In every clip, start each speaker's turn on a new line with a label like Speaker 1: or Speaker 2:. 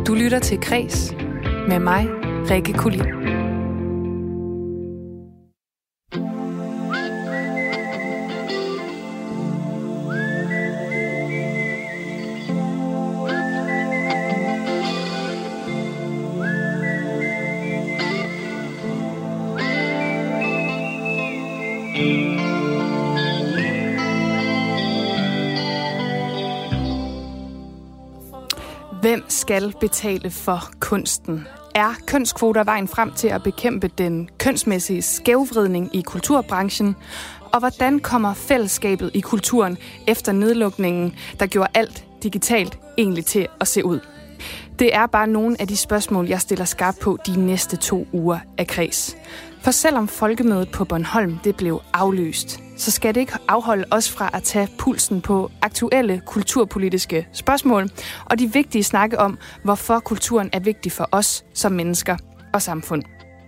Speaker 1: Du lytter til Kreds med mig, Rikke Kulin. Hvem skal betale for kunsten? Er kønskvoter vejen frem til at bekæmpe den kønsmæssige skævvridning i kulturbranchen? Og hvordan kommer fællesskabet i kulturen efter nedlukningen, der gjorde alt digitalt egentlig til at se ud? Det er bare nogle af de spørgsmål, jeg stiller skarpt på de næste 2 uger af Kreds. For selvom folkemødet på Bornholm det blev aflyst, så skal det ikke afholde os fra at tage pulsen på aktuelle kulturpolitiske spørgsmål og de vigtige snakke om, hvorfor kulturen er vigtig for os som mennesker og samfund.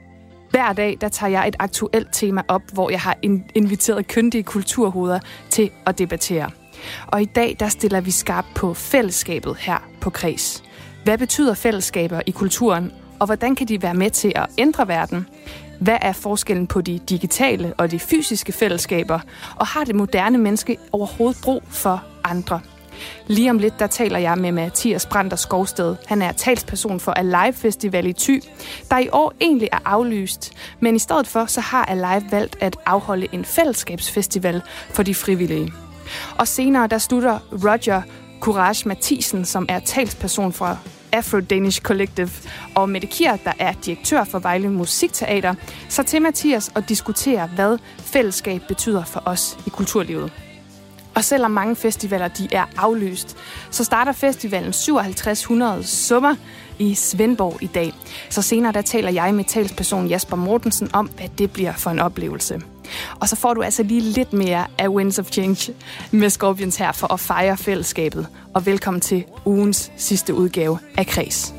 Speaker 1: Hver dag der tager jeg et aktuelt tema op, hvor jeg har inviteret kyndige kulturhoveder til at debattere. Og i dag der stiller vi skarpt på fællesskabet her på Kreds. Hvad betyder fællesskaber i kulturen, og hvordan kan de være med til at ændre verden? Hvad er forskellen på de digitale og de fysiske fællesskaber? Og har det moderne menneske overhovedet brug for andre? Lige om lidt, der taler jeg med Mathias Brander Skovsted. Han er talsperson for Alive Festival i Thy, der i år egentlig er aflyst. Men i stedet for, så har Alive valgt at afholde en fællesskabsfestival for de frivillige. Og senere, der slutter Roger Courage Mathisen, som er talsperson for Afro-Danish Collective, og Mette Kier, der er direktør for Vejle Musikteater, så til Mathias at diskutere, hvad fællesskab betyder for os i kulturlivet. Og selvom mange festivaler de er aflyst, så starter festivalen 5700 Sommer i Svendborg i dag. Så senere der taler jeg med talsperson Jasper Mortensen om, hvad det bliver for en oplevelse. Og så får du altså lige lidt mere af Winds of Change med Scorpions her for at fejre fællesskabet. Og velkommen til ugens sidste udgave af Kreds.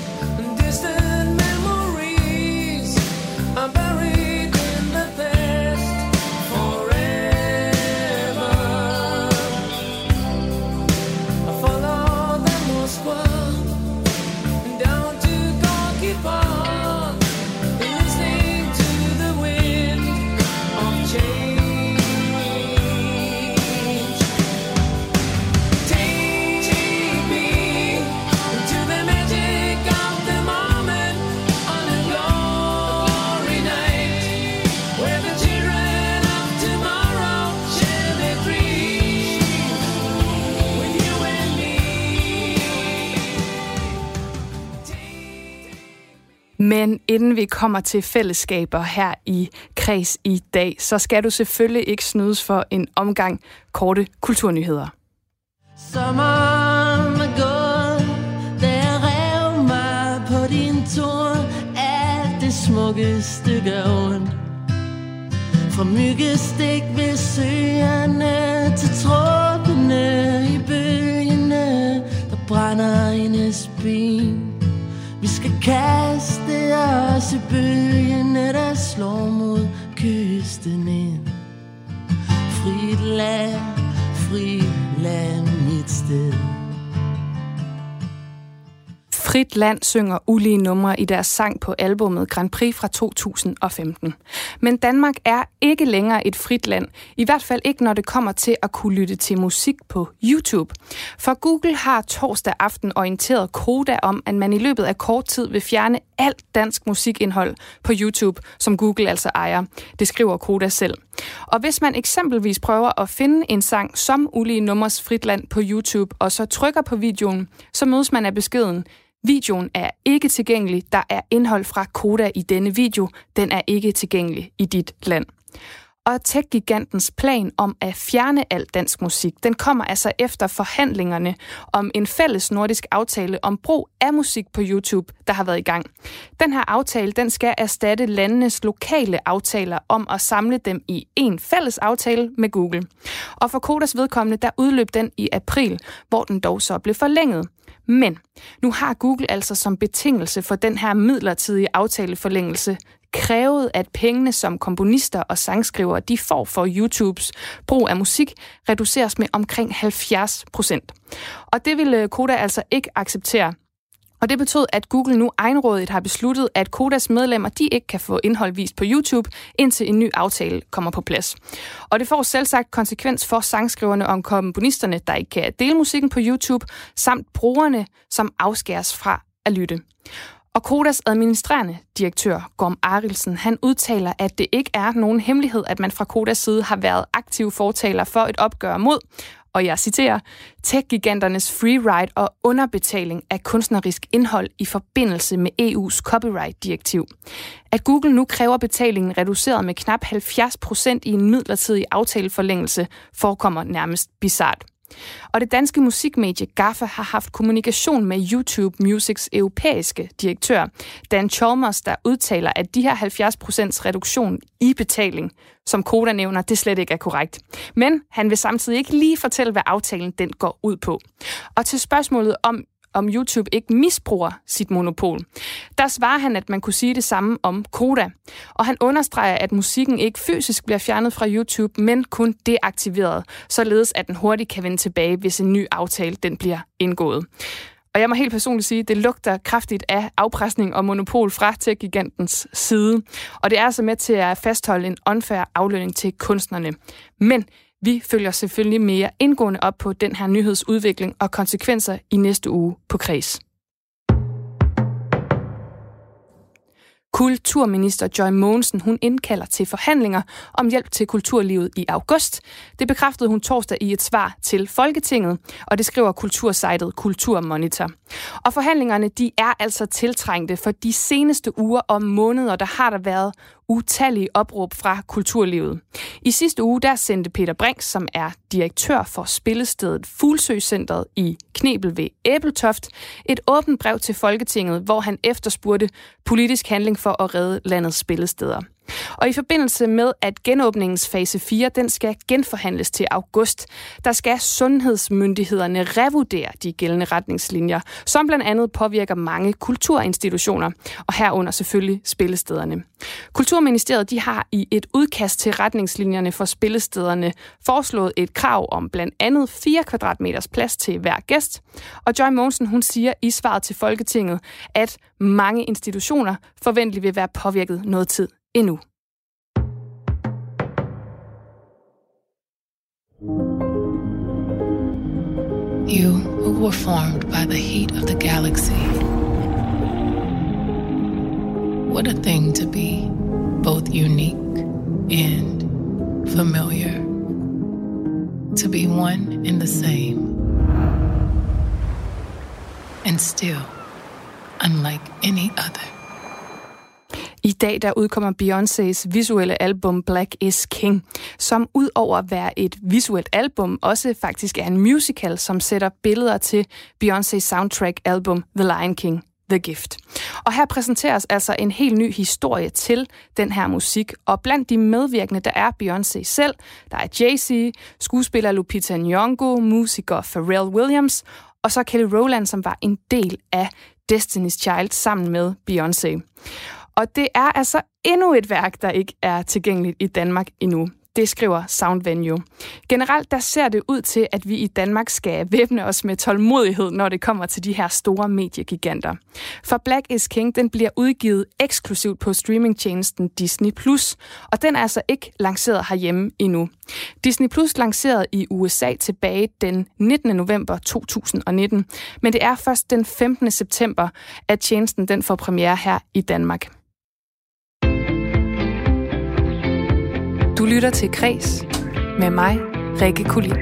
Speaker 1: Men inden vi kommer til fællesskaber her i Kreds i dag, så skal du selvfølgelig ikke snydes for en omgang korte kulturnyheder.
Speaker 2: Sommeren er gået, der rev mig på din tur. Alt det smukkeste gør ondt. Fra myggestik ved søerne til tråbene i bølgene, der brænder hendes ben. Vi skal kaste os i bølgene, der slår mod kysten ind. Frit land, mit sted.
Speaker 1: Frit Land synger ulige numre i deres sang på albumet Grand Prix fra 2015. Men Danmark er ikke længere et frit land. I hvert fald ikke, når det kommer til at kunne lytte til musik på YouTube. For Google har torsdag aften orienteret Koda om, at man i løbet af kort tid vil fjerne alt dansk musikindhold på YouTube, som Google altså ejer. Det skriver Koda selv. Og hvis man eksempelvis prøver at finde en sang som ulige nummers Frit Land på YouTube, og så trykker på videoen, så mødes man af beskeden: videoen er ikke tilgængelig. Der er indhold fra Koda i denne video. Den er ikke tilgængelig i dit land. Og tech-gigantens plan om at fjerne al dansk musik, den kommer altså efter forhandlingerne om en fælles nordisk aftale om brug af musik på YouTube, der har været i gang. Den her aftale, den skal erstatte landenes lokale aftaler om at samle dem i en fælles aftale med Google. Og for Kodas vedkommende, der udløb den i april, hvor den dog så blev forlænget. Men nu har Google altså som betingelse for den her midlertidige aftaleforlængelse krævet, at pengene, som komponister og sangskrivere de får for YouTubes brug af musik, reduceres med omkring 70%. Og det vil Koda altså ikke acceptere. Og det betød, at Google nu egenrådigt har besluttet, at Kodas medlemmer de ikke kan få indhold vist på YouTube, indtil en ny aftale kommer på plads. Og det får selvsagt konsekvens for sangskriverne og komponisterne, der ikke kan dele musikken på YouTube, samt brugerne, som afskæres fra at lytte. Og Kodas administrerende direktør, Gorm Arildsen, han udtaler, at det ikke er nogen hemmelighed, at man fra Kodas side har været aktiv fortaler for et opgør mod, og jeg citerer, tech-giganternes freeride og underbetaling af kunstnerisk indhold i forbindelse med EU's copyright-direktiv. At Google nu kræver betalingen reduceret med knap 70% i en midlertidig aftaleforlængelse, forekommer nærmest bizart. Og det danske musikmedie GAFFA har haft kommunikation med YouTube Musics europæiske direktør, Dan Chalmers, der udtaler, at de her 70% reduktion i betaling, som Koda nævner, det slet ikke er korrekt. Men han vil samtidig ikke lige fortælle, hvad aftalen den går ud på. Og til spørgsmålet om YouTube ikke misbruger sit monopol, der svarer han, at man kunne sige det samme om Koda. Og han understreger, at musikken ikke fysisk bliver fjernet fra YouTube, men kun deaktiveret, således at den hurtigt kan vende tilbage, hvis en ny aftale den bliver indgået. Og jeg må helt personligt sige, at det lugter kraftigt af afpresning og monopol fra tech-gigantens side. Og det er altså med til at fastholde en unfair aflønning til kunstnerne. Men vi følger selvfølgelig mere indgående op på den her nyhedsudvikling og konsekvenser i næste uge på Kreds. Kulturminister Joy Mogensen, hun indkalder til forhandlinger om hjælp til kulturlivet i august. Det bekræftede hun torsdag i et svar til Folketinget, og det skriver kultursejtet Kulturmonitor. Og forhandlingerne, de er altså tiltrængte, for de seneste uger og måneder, der har der været utallige opråb fra kulturlivet. I sidste uge, der sendte Peter Brink, som er direktør for spillestedet Fuglsø-centret i Knebel ved Æbeltoft, et åbent brev til Folketinget, hvor han efterspurgte politisk handling for at redde landets spillesteder. Og i forbindelse med, at genåbningens fase 4, den skal genforhandles til august, der skal sundhedsmyndighederne revurdere de gældende retningslinjer, som blandt andet påvirker mange kulturinstitutioner, og herunder selvfølgelig spillestederne. Kulturministeriet, de har i et udkast til retningslinjerne for spillestederne foreslået et krav om blandt andet 4 kvadratmeters plads til hver gæst. Og Joy Mogensen, hun siger i svaret til Folketinget, at mange institutioner forventeligt vil være påvirket noget tid endnu.
Speaker 3: You who were formed by the heat of the galaxy. What a thing to be, both unique and familiar. To be one and the same. And still unlike any other.
Speaker 1: I dag der udkommer Beyoncés visuelle album Black is King, som udover at være et visuelt album, også faktisk er en musical, som sætter billeder til Beyoncés soundtrack-album The Lion King, The Gift. Og her præsenteres altså en helt ny historie til den her musik, og blandt de medvirkende, der er Beyoncé selv, der er Jay-Z, skuespiller Lupita Nyong'o, musiker Pharrell Williams, og så Kelly Rowland, som var en del af Destiny's Child sammen med Beyoncé. Og det er altså endnu et værk, der ikke er tilgængeligt i Danmark endnu. Det skriver Soundvenue. Generelt der ser det ud til, at vi i Danmark skal væbne os med tålmodighed, når det kommer til de her store mediegiganter. For Black is King, den bliver udgivet eksklusivt på streamingtjenesten Disney+, og den er altså ikke lanceret herhjemme endnu. Disney+ lancerede i USA tilbage den 19. november 2019, men det er først den 15. september, at tjenesten den får premiere her i Danmark. Du lytter til Kreds med mig, Rikke Kulin.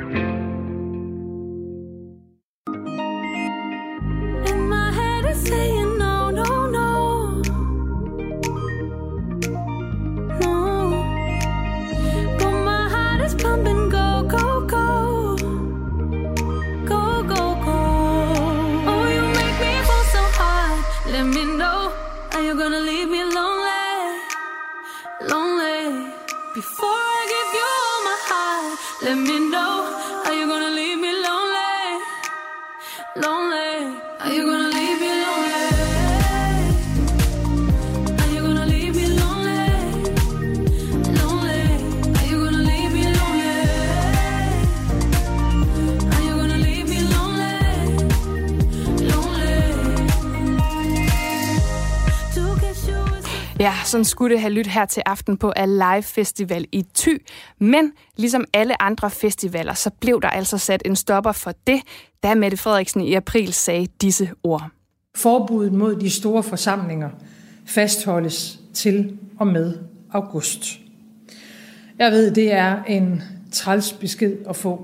Speaker 2: Before I give you all my heart, let me know, are you gonna leave me lonely? Lonely, are you gonna leave me lonely? Are you gonna leave me lonely? Lonely, are you gonna leave me lonely? Are you gonna leave me lonely? Lonely.
Speaker 1: Ja, sådan skulle det have lyttet her til aften på Alive Festival i Thy. Men ligesom alle andre festivaler, så blev der altså sat en stopper for det, da Mette Frederiksen i april sagde disse ord.
Speaker 4: Forbuddet mod de store forsamlinger fastholdes til og med august. Jeg ved, det er en træls besked at få.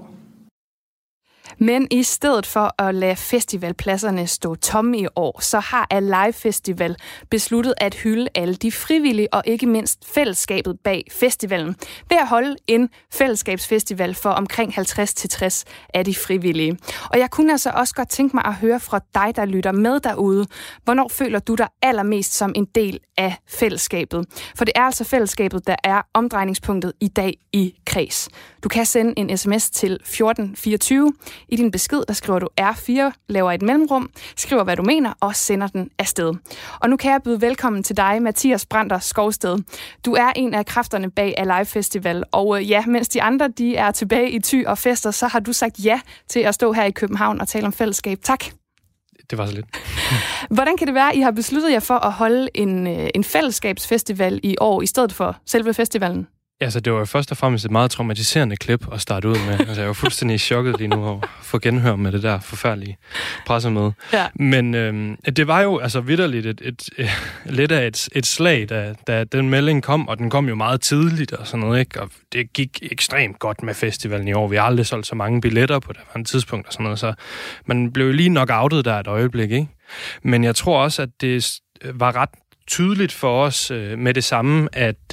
Speaker 1: Men i stedet for at lade festivalpladserne stå tomme i år, så har Alive Festival besluttet at hylde alle de frivillige og ikke mindst fællesskabet bag festivalen ved at holde en fællesskabsfestival for omkring 50-60 af de frivillige. Og jeg kunne altså også godt tænke mig at høre fra dig, der lytter med derude. Hvornår føler du dig allermest som en del af fællesskabet? For det er altså fællesskabet, der er omdrejningspunktet i dag i Kreds. Du kan sende en sms til 1424. I din besked, der skriver du R4, laver et mellemrum, skriver, hvad du mener, og sender den afsted. Og nu kan jeg byde velkommen til dig, Mathias Branter Skovsted. Du er en af kræfterne bag Alive Festival, og ja, mens de andre de er tilbage i Thy og fester, så har du sagt ja til at stå her i København og tale om fællesskab. Tak.
Speaker 5: Det var så lidt.
Speaker 1: Hvordan kan det være, at I har besluttet jer for at holde en fællesskabsfestival i år, i stedet for selve festivalen?
Speaker 5: Altså, det var jo først og fremmest et meget traumatiserende klip at starte ud med. Altså, jeg var fuldstændig i chokket lige nu over at få genhør med det der forfærdelige pressemøde. Ja. Men det var jo altså vitterligt lidt af et slag, da den melding kom, og den kom jo meget tidligt og sådan noget, ikke? Og det gik ekstremt godt med festivalen i år. Vi har aldrig solgt så mange billetter på det var en tidspunkt og sådan noget, så man blev lige knockoutet der et øjeblik, ikke? Men jeg tror også, at det var ret tydeligt for os med det samme,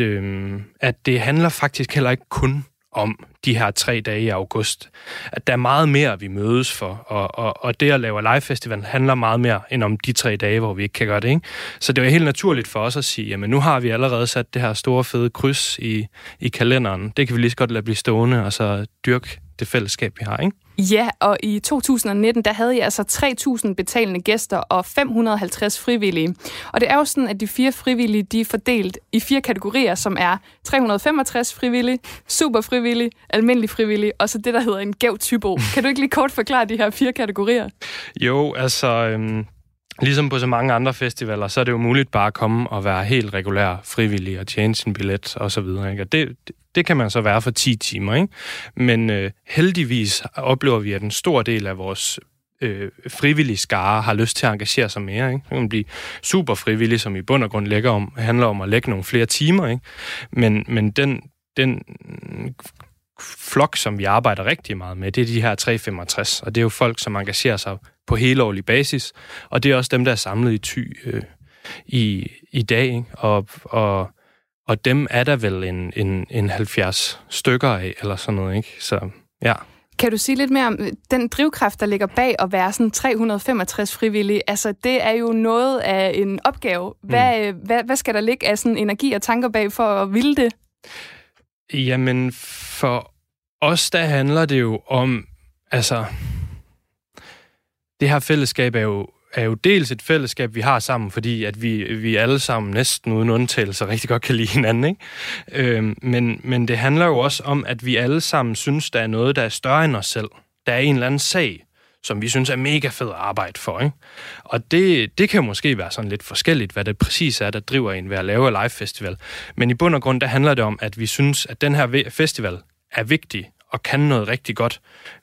Speaker 5: at det handler faktisk heller ikke kun om de her 3 dage i august. At der er meget mere, vi mødes for, og det at lave Alive Festival handler meget mere end om de 3 dage, hvor vi ikke kan gøre det, ikke? Så det var helt naturligt for os at sige, jamen nu har vi allerede sat det her store fede kryds i kalenderen. Det kan vi lige så godt lade blive stående, og så dyrke det fællesskab, vi har, ikke?
Speaker 1: Ja, og i 2019, der havde jeg altså 3.000 betalende gæster og 550 frivillige. Og det er jo sådan, at de 4 frivillige, de er fordelt i 4 kategorier, som er 365 frivillige, super frivillige, almindelig frivillige, og så det, der hedder en gæv typo. Kan du ikke lige kort forklare de her 4 kategorier? Jo,
Speaker 5: altså ligesom på så mange andre festivaler, så er det jo muligt bare at komme og være helt regulær frivillig og tjene sin billet og så videre, ikke? Og det kan man så være for 10 timer, ikke? Men heldigvis oplever vi, at en stor del af vores frivillige skare har lyst til at engagere sig mere, ikke? Så kan man blive super frivillig, som i bund og grund handler om at lægge nogle flere timer, ikke? Men den flok, som vi arbejder rigtig meget med, det er de her 365, og det er jo folk, som engagerer sig på helårlig basis, og det er også dem, der er samlet i Thy i dag, ikke? Og dem er der vel en 70 stykker af, eller sådan noget, ikke? Så, ja.
Speaker 1: Kan du sige lidt mere om den drivkraft, der ligger bag at være sådan 365 frivillige? Altså, det er jo noget af en opgave. Hvad skal der ligge af sådan energi og tanker bag for at ville det?
Speaker 5: Jamen, for os, der handler det jo om, altså, det her fællesskab er jo dels et fællesskab, vi har sammen, fordi at vi alle sammen næsten uden undtagelse rigtig godt kan lide hinanden, ikke? Men det handler jo også om, at vi alle sammen synes, der er noget, der er større end os selv. Der er en eller anden sag, som vi synes er mega fed at arbejde for, ikke? Og det kan måske være sådan lidt forskelligt, hvad det præcis er, der driver en ved at lave Alive Festival. Men i bund og grund, der handler det om, at vi synes, at den her festival er vigtig og kan noget rigtig godt.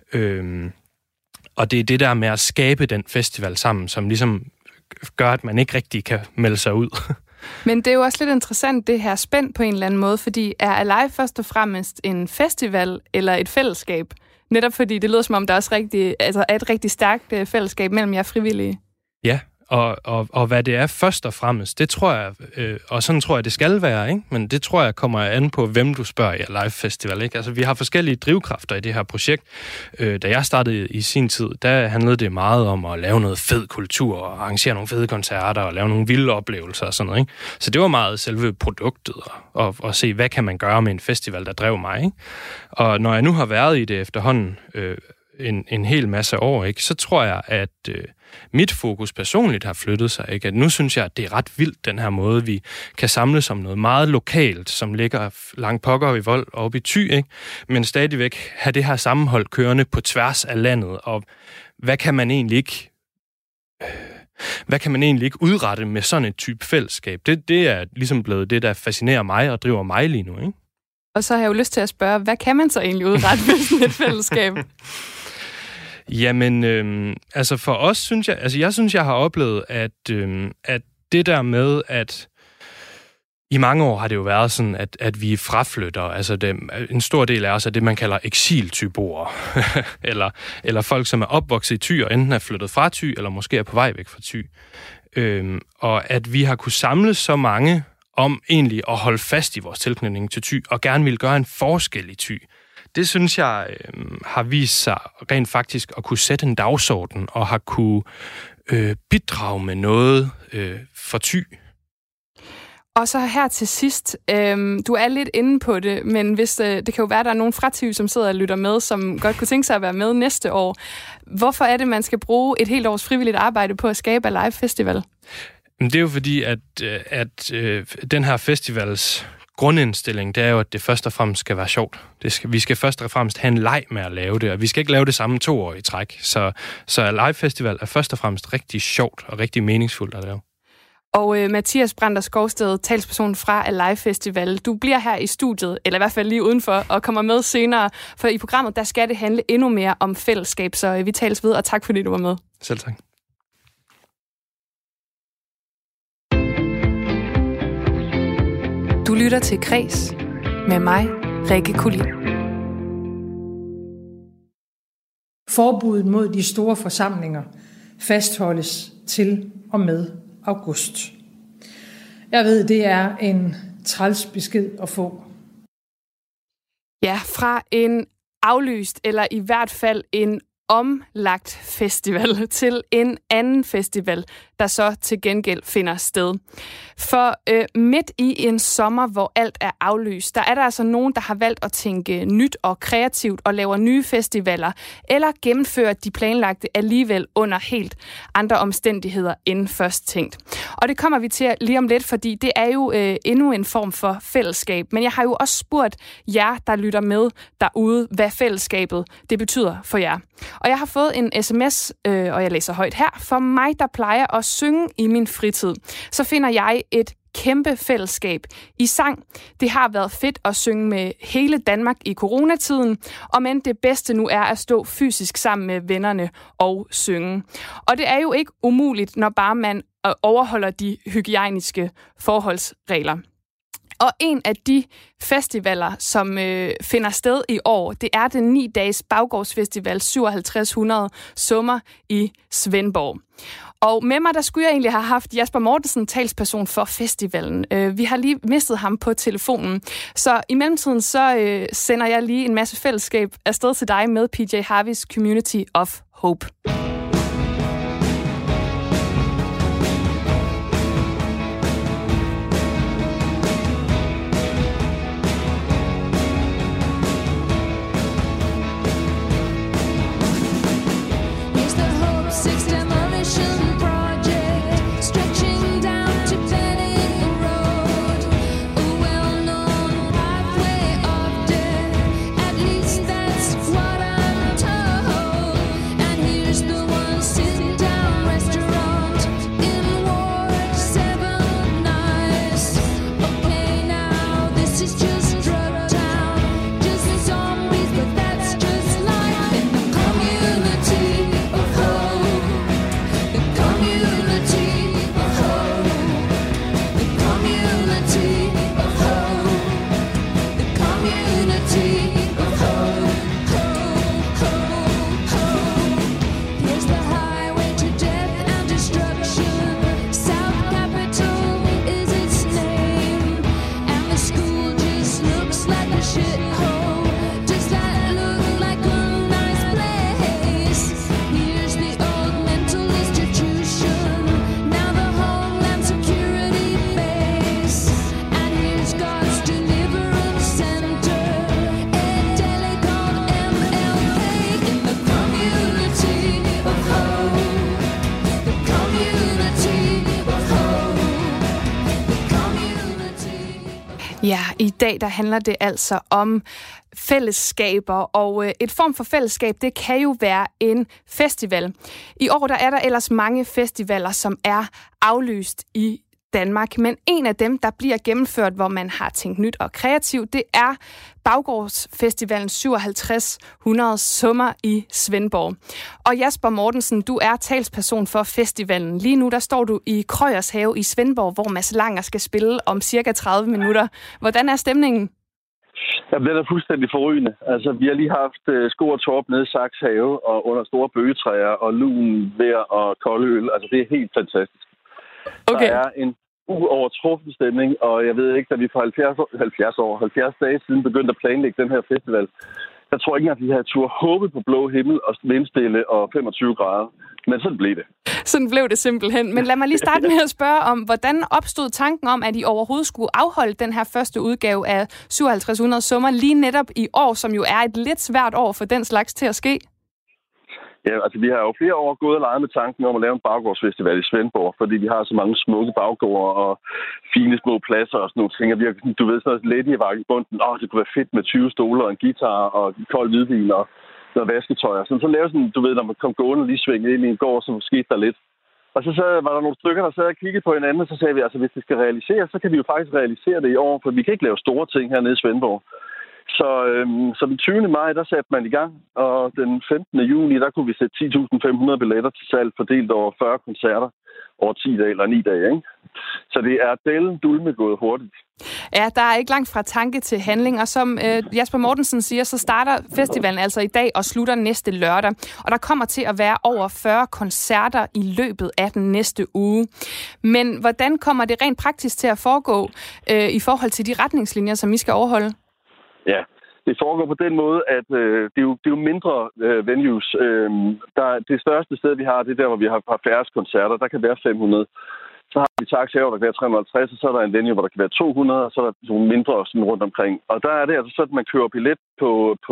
Speaker 5: Og det er det der med at skabe den festival sammen, som ligesom gør, at man ikke rigtig kan melde sig ud.
Speaker 1: Men det er jo også lidt interessant, det her spænd på en eller anden måde, fordi er Alive først og fremmest en festival eller et fællesskab? Netop fordi det lyder som om, der også er et rigtig stærkt fællesskab mellem jer frivillige. Ja,
Speaker 5: og hvad det er først og fremmest, det tror jeg, og sådan tror jeg, det skal være, ikke? Men det tror jeg kommer an på, hvem du spørger i Alive Festival, ikke? Altså, vi har forskellige drivkræfter i det her projekt. Da jeg startede i sin tid, der handlede det meget om at lave noget fed kultur, og arrangere nogle fede koncerter, og lave nogle vilde oplevelser og sådan noget, ikke? Så det var meget selve produktet, og se, hvad kan man gøre med en festival, der drev mig, ikke? Og når jeg nu har været i det efterhånden en hel masse år, ikke, så tror jeg, at mit fokus personligt har flyttet sig, ikke? At nu synes jeg, at det er ret vildt, den her måde, vi kan samles om noget meget lokalt, som ligger langt pokker i Vold og oppe i Thy, ikke? Men stadigvæk have det her sammenhold kørende på tværs af landet, og hvad kan man egentlig ikke hvad kan man egentlig ikke udrette med sådan et type fællesskab? Det er ligesom blevet det, der fascinerer mig og driver mig lige nu, ikke?
Speaker 1: Og så har jeg jo lyst til at spørge, hvad kan man så egentlig udrette med sådan et fællesskab?
Speaker 5: Jamen, altså for os synes jeg har oplevet, at det der med, at i mange år har det jo været sådan, at vi fraflytter, altså en stor del af os er det, man kalder eksiltyboer, eller folk, som er opvokset i Thy, og enten er flyttet fra Thy, eller måske er på vej væk fra Thy. Og at vi har kunne samle så mange om egentlig at holde fast i vores tilknytning til Thy, og gerne vil gøre en forskel i Thy. Det synes jeg har vist sig rent faktisk at kunne sætte en dagsorden, og har kunne bidrage med noget for Thy.
Speaker 1: Og så her til sidst, du er lidt inde på det, men hvis det kan jo være, at der er nogen fra Thy, som sidder og lytter med, som godt kunne tænke sig at være med næste år. Hvorfor er det, man skal bruge et helt års frivilligt arbejde på at skabe Alive Festival?
Speaker 5: Det er jo fordi, at den her festivals grundindstilling, det er jo, at det først og fremmest skal være sjovt. Vi skal først og fremmest have en leg med at lave det, og vi skal ikke lave det samme 2 år i træk. Så Alive Festival er først og fremmest rigtig sjovt og rigtig meningsfuldt at lave.
Speaker 1: Og Mathias Brander Skovsted, talsperson fra Alive Festival, du bliver her i studiet, eller i hvert fald lige udenfor, og kommer med senere, for i programmet, der skal det handle endnu mere om fællesskab, så vi tales ved, og tak fordi du var med.
Speaker 5: Selv tak.
Speaker 1: Du lytter til Kreds med mig, Rikke Kulin.
Speaker 4: Forbuddet mod de store forsamlinger fastholdes til og med august. Jeg ved, det er en træls besked at få.
Speaker 1: Ja, fra en aflyst, eller i hvert fald en omlagt festival til en anden festival, der så til gengæld finder sted. For midt i en sommer, hvor alt er aflyst, der er der altså nogen, der har valgt at tænke nyt og kreativt og laver nye festivaler, eller gennemfører de planlagte alligevel under helt andre omstændigheder end først tænkt. Og det kommer vi til lige om lidt, fordi det er jo endnu en form for fællesskab. Men jeg har jo også spurgt jer, der lytter med derude, hvad fællesskabet det betyder for jer. Og jeg har fået en sms, og jeg læser højt her. For mig, der plejer at synge i min fritid, så finder jeg et kæmpe fællesskab i sang. Det har været fedt at synge med hele Danmark i coronatiden, og men det bedste nu er at stå fysisk sammen med vennerne og synge. Og det er jo ikke umuligt, når bare man overholder de hygiejniske forholdsregler. Og en af de festivaler, som finder sted i år, det er den 9-dages Baggårdsfestival 5700 Sommer i Svendborg. Og med mig, der skulle jeg egentlig have haft Jasper Mortensen, talsperson for festivalen. Vi har lige mistet ham på telefonen. Så i mellemtiden, så sender jeg lige en masse fællesskab afsted til dig med PJ Harveys Community of Hope. Ja, i dag der handler det altså om fællesskaber, og et form for fællesskab, det kan jo være en festival. I år der er der ellers mange festivaler, som er aflyst i Danmark, men en af dem, der bliver gennemført, hvor man har tænkt nyt og kreativt, det er Baggårdsfestivalen 5700 Sommer i Svendborg. Og Jasper Mortensen, du er talsperson for festivalen. Lige nu der står du i Krøyers Have i Svendborg, hvor Mads Langer skal spille om cirka 30 minutter. Hvordan er stemningen?
Speaker 6: Jamen, det er fuldstændig forrygende. Altså, vi har lige haft Sko og Torp nede i Saks Have, og under store bøgetræer, og lun, vejr og kold øl. Altså, det er helt fantastisk. Okay. Der er en uovertruffen stemning, og jeg ved ikke, da vi for 70 dage siden begyndte at planlægge den her festival, jeg tror ikke, at vi havde tur håbet på blå himmel og vindstille og 25 grader. Men sådan blev det. Sådan
Speaker 1: blev det simpelthen. Men lad mig lige starte med at spørge om, hvordan opstod tanken om, at I overhovedet skulle afholde den her første udgave af 5700 Sommer lige netop i år, som jo er et lidt svært år for den slags til at ske?
Speaker 6: Ja, altså vi har jo flere år gået og leget med tanken om at lave en baggårdsfestival i Svendborg, fordi vi har så mange smukke baggårder og fine små pladser og sådan nogle ting. Vi har, du ved, sådan noget let i vagtbunden. Det kunne være fedt med 20 stoler og en guitar og kold hvidvin og noget vasketøj. Så lavede sådan, du ved, når man kom gående lige svinge ind i en gård, så skete der lidt. Og så var der nogle stykker, der sad og kiggede på hinanden, og så sagde vi, altså hvis det skal realiseres, så kan vi jo faktisk realisere det i år, for vi kan ikke lave store ting hernede i Svendborg. Så den 20. maj, der satte man i gang, og den 15. juni, der kunne vi sætte 10.500 billetter til salg, fordelt over 40 koncerter over 10 dage eller 9 dage, ikke? Så det er dællen dulme gået hurtigt.
Speaker 1: Ja, der er ikke langt fra tanke til handling, og som Jasper Mortensen siger, så starter festivalen altså i dag og slutter næste lørdag. Og der kommer til at være over 40 koncerter i løbet af den næste uge. Men hvordan kommer det rent praktisk til at foregå i forhold til de retningslinjer, som I skal overholde?
Speaker 6: Ja, det foregår på den måde, at det er jo mindre venues. Det største sted, vi har, det er der, hvor vi har færrest koncerter. Der kan være 500. Så har vi Saks Have, der kan være 350, og så er der en venue, hvor der kan være 200, og så er der nogle mindre sådan rundt omkring. Og der er det altså sådan, at man køber billet på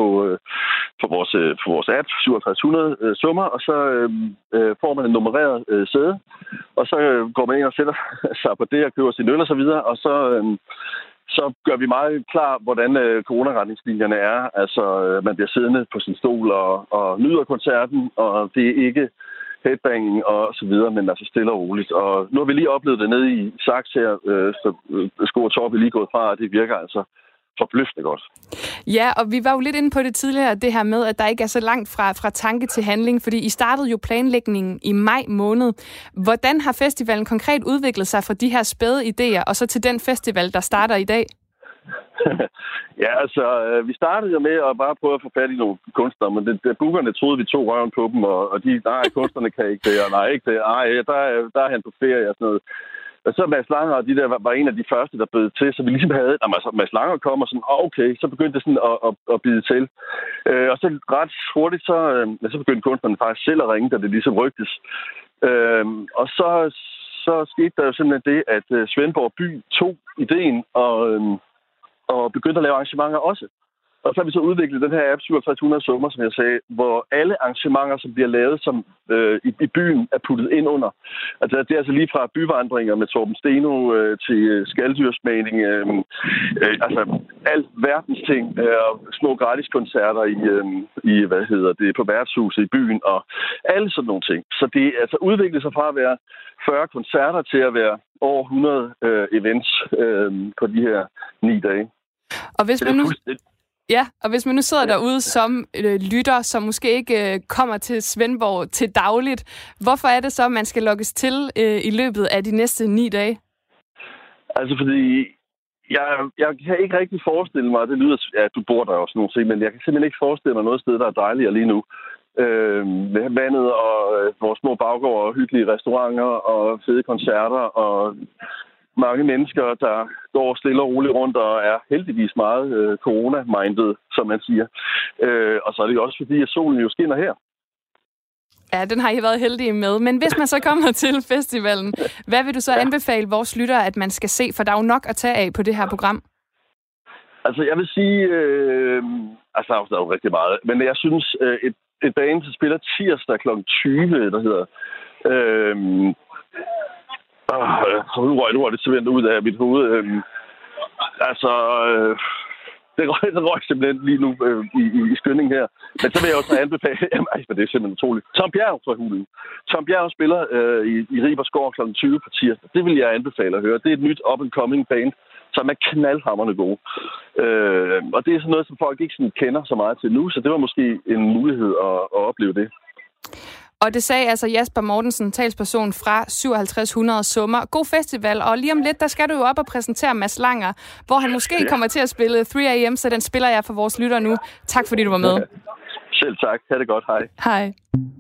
Speaker 6: vores app, 5700 Sommer, og så får man en nummereret sæde, og så går man ind og sætter sig på det og køber sin øl og så videre, og så gør vi meget klar, hvordan coronaretningslinjerne er. Altså, man bliver siddende på sin stol og nyder koncerten, og det er ikke headbanging og så videre, men altså stille og roligt. Og nu har vi lige oplevet det nede i Saks her, så Sko og Torp er lige gået fra, og det virker altså forbløffende godt.
Speaker 1: Ja, og vi var jo lidt inde på det tidligere, det her med, at der ikke er så langt fra tanke til handling, fordi I startede jo planlægningen i maj måned. Hvordan har festivalen konkret udviklet sig fra de her spæde idéer, og så til den festival, der starter i dag?
Speaker 6: Ja, altså, vi startede jo med at bare prøve at få fat i nogle kunstnere, men bookerne troede, vi tog røven på dem, og kunstnerne kan ikke det, og nej, ikke det, der er han på ferie og sådan noget. Og så Mads Langer og de der var en af de første, der bød til, så vi ligesom havde, når Mads Langer kom og sådan, okay, så begyndte det sådan at bide til. Og så ret hurtigt, så begyndte kunstnerne faktisk selv at ringe, da det ligesom rygtes. Og så skete der jo simpelthen det, at Svendborg by tog ideen og begyndte at lave arrangementer også. Og så har vi så udviklet den her app 5700 Sommer, som jeg sagde, hvor alle arrangementer, som bliver lavet som i byen, er puttet ind under. Altså, det er altså lige fra byvandringer med Torben Steno til skalddyrsmagning, altså alt verdens ting, og små gratiskoncerter på værtshuset i byen, og alle sådan nogle ting. Så det altså udviklet sig fra at være 40 koncerter til at være over 100 events på de her 9 dage.
Speaker 1: Og hvis man nu sidder derude som lytter, som måske ikke kommer til Svendborg til dagligt, hvorfor er det så, at man skal logges til i løbet af de næste 9 dage? Altså fordi jeg kan ikke rigtig forestille mig, det lyder, at du bor der også nogle ting, men jeg kan simpelthen ikke forestille mig noget sted, der er dejligere lige nu. Med vandet og vores små baggård og hyggelige restauranter og fede koncerter og mange mennesker, der går stille og roligt rundt og er heldigvis meget corona-minded, som man siger. Og så er det jo også fordi, at solen jo skinner her. Ja, den har I været heldige med. Men hvis man så kommer til festivalen, hvad vil du så anbefale vores lyttere, at man skal se? For der er jo nok at tage af på det her program.
Speaker 6: Altså, jeg vil sige... der er jo rigtig meget. Men jeg synes, et band, der spiller tirsdag kl. 20, der hedder... nu røg det simpelthen ud af mit hoved. Det røg simpelthen lige nu i skynding her. Men så vil jeg også anbefale... men det er simpelthen utroligt. Tom Bjerg fra Hulen. Tom Bjerg spiller i Ribersgård kl. 20 på tirsdag. Det vil jeg anbefale at høre. Det er et nyt up-and-coming band, som er knaldhamrende gode. Og det er sådan noget, som folk ikke sådan kender så meget til nu, så det var måske en mulighed at opleve det.
Speaker 1: Og det sagde altså Jasper Mortensen, talsperson fra 5700 Summer. God festival, og lige om lidt, der skal du jo op og præsentere Mads Langer, hvor han måske kommer til at spille 3AM, så den spiller jeg for vores lytter nu. Tak fordi du var med.
Speaker 6: Selv tak. Ha' det godt. Hej.
Speaker 1: Hej.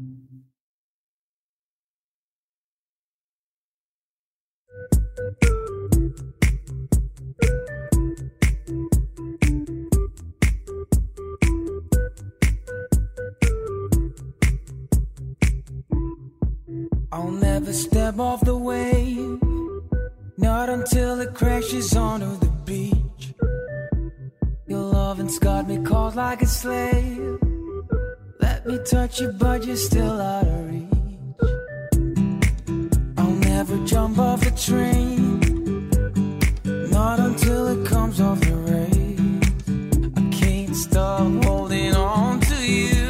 Speaker 7: I'll never step off the wave, not until it crashes onto the beach. Your loving scarred me cold like a slave. Let me touch you, but you're still out of reach. I'll never jump off a train, not until it comes off the rails. I can't stop holding on to you.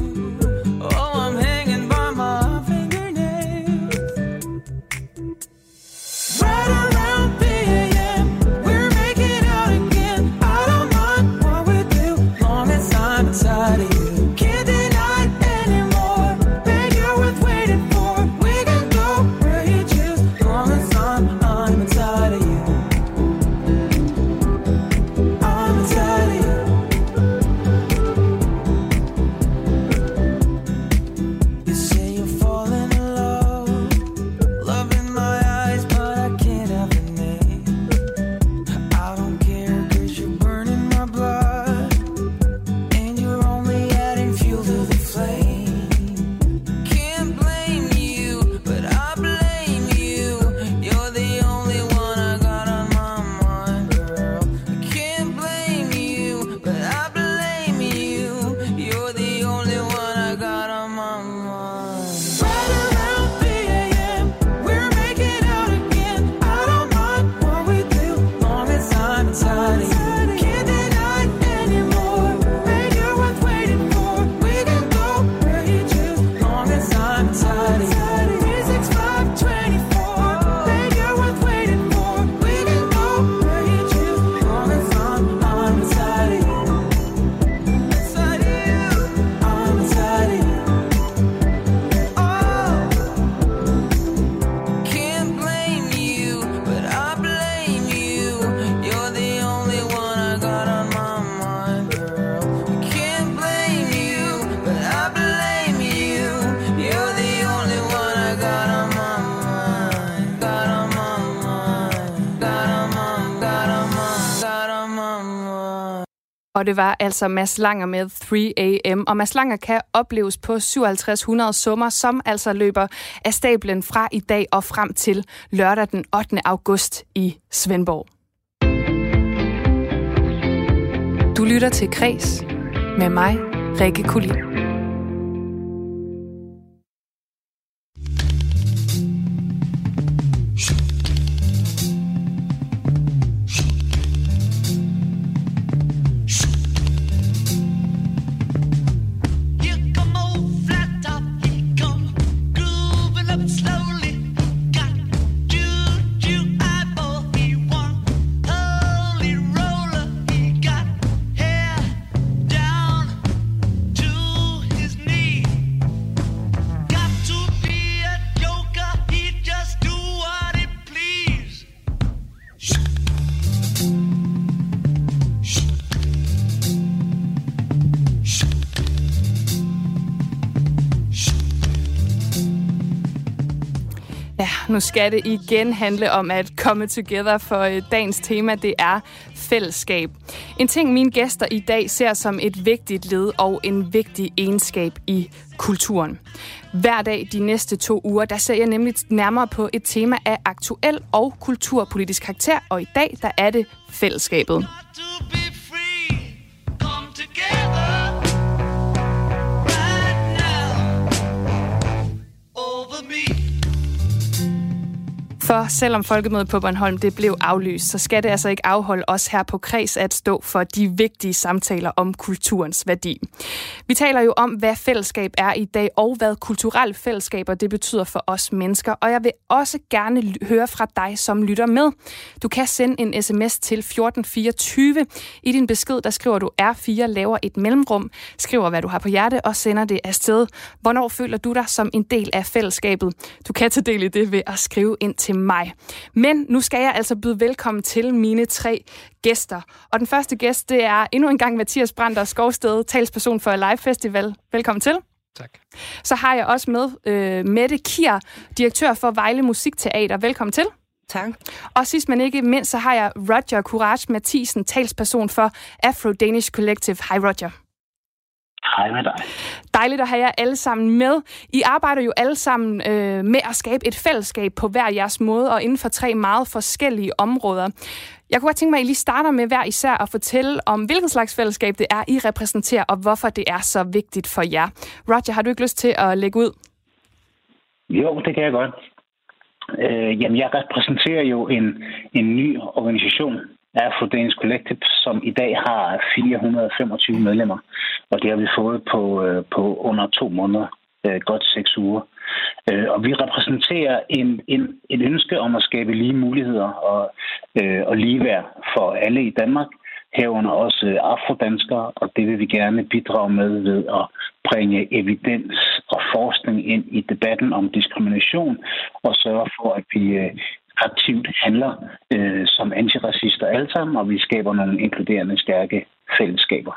Speaker 1: Og det var altså Mads Langer med 3AM. Og Mads Langer kan opleves på 5700 Summer, som altså løber af stablen fra i dag og frem til lørdag den 8. august i Svendborg. Du lytter til Kres med mig, Rikke Kulin. Nu skal det igen handle om at komme together, for dagens tema, det er fællesskab. En ting, mine gæster i dag ser som et vigtigt led og en vigtig egenskab i kulturen. Hver dag de næste 2 uger, der ser jeg nemlig nærmere på et tema af aktuel og kulturpolitisk karakter, og i dag, der er det fællesskabet. For selvom folkemødet på Bornholm det blev aflyst, så skal det altså ikke afholde os her på Kreds at stå for de vigtige samtaler om kulturens værdi. Vi taler jo om, hvad fællesskab er i dag, og hvad kulturelle fællesskaber det betyder for os mennesker. Og jeg vil også gerne høre fra dig, som lytter med. Du kan sende en sms til 1424. I din besked, der skriver du R4, laver et mellemrum, skriver, hvad du har på hjerte, og sender det afsted. Hvornår føler du dig som en del af fællesskabet? Du kan tage del i det ved at skrive ind til mig. Men nu skal jeg altså byde velkommen til mine 3 gæster. Og den første gæst, det er endnu en gang Mathias Brander Skovsted, talsperson for Alive Festival. Velkommen til.
Speaker 5: Tak.
Speaker 1: Så har jeg også med Mette Kier, direktør for Vejle Musikteater. Velkommen til.
Speaker 8: Tak.
Speaker 1: Og sidst men ikke mindst, så har jeg Roger Courage Mathisen, talsperson for Afro Danish Collective. Hej Roger.
Speaker 9: Hej med dig.
Speaker 1: Dejligt at have jer alle sammen med. I arbejder jo alle sammen med at skabe et fællesskab på hver jeres måde og inden for 3 meget forskellige områder. Jeg kunne godt tænke mig, at I lige starter med hver især at fortælle om, hvilket slags fællesskab det er, I repræsenterer, og hvorfor det er så vigtigt for jer. Roger, har du ikke lyst til at lægge ud?
Speaker 9: Jo, det kan jeg godt. Jamen, jeg repræsenterer jo en ny organisation, Afro Danish Collective, som i dag har 425 medlemmer. Og det har vi fået på under 2 måneder, godt 6 uger. Og vi repræsenterer et ønske om at skabe lige muligheder og ligeværd for alle i Danmark, herunder også afrodanskere, og det vil vi gerne bidrage med ved at bringe evidens og forskning ind i debatten om diskrimination og sørge for, at vi aktivt handler som antiracister alle sammen, og vi skaber nogle inkluderende, stærke fællesskaber.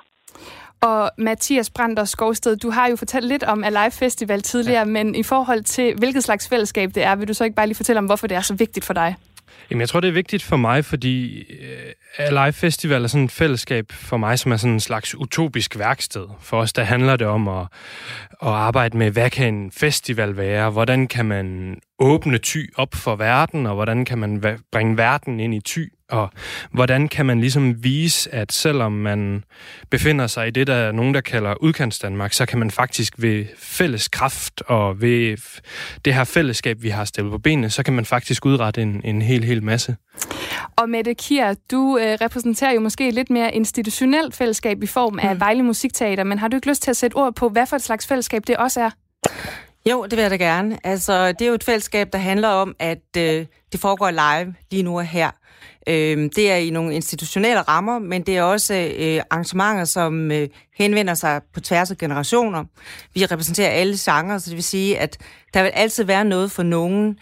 Speaker 1: Og Mathias Brander Skovsted, du har jo fortalt lidt om Alive Festival tidligere, men i forhold til, hvilket slags fællesskab det er, vil du så ikke bare lige fortælle om, hvorfor det er så vigtigt for dig?
Speaker 5: Jamen, jeg tror, det er vigtigt for mig, fordi Alive Festival er sådan et fællesskab for mig, som er sådan en slags utopisk værksted. For os, der handler det om at arbejde med, hvad kan en festival være? Hvordan kan man åbne Thy op for verden? Og hvordan kan man bringe verden ind i Thy? Og hvordan kan man ligesom vise, at selvom man befinder sig i det, der er nogen, der kalder udkantsdanmark, så kan man faktisk ved fælles kraft og ved det her fællesskab, vi har stillet på benene, så kan man faktisk udrette en hel masse.
Speaker 1: Og Mette Kier, du repræsenterer jo måske et lidt mere institutionelt fællesskab i form af Vejle Musikteater, men har du ikke lyst til at sætte ord på, hvad for et slags fællesskab det også er?
Speaker 8: Jo, det vil jeg da gerne. Altså, det er jo et fællesskab, der handler om, at det foregår live lige nu og her. Det er i nogle institutionelle rammer, men det er også arrangementer, som henvender sig på tværs af generationer. Vi repræsenterer alle genrer, så det vil sige, at der vil altid være noget for nogen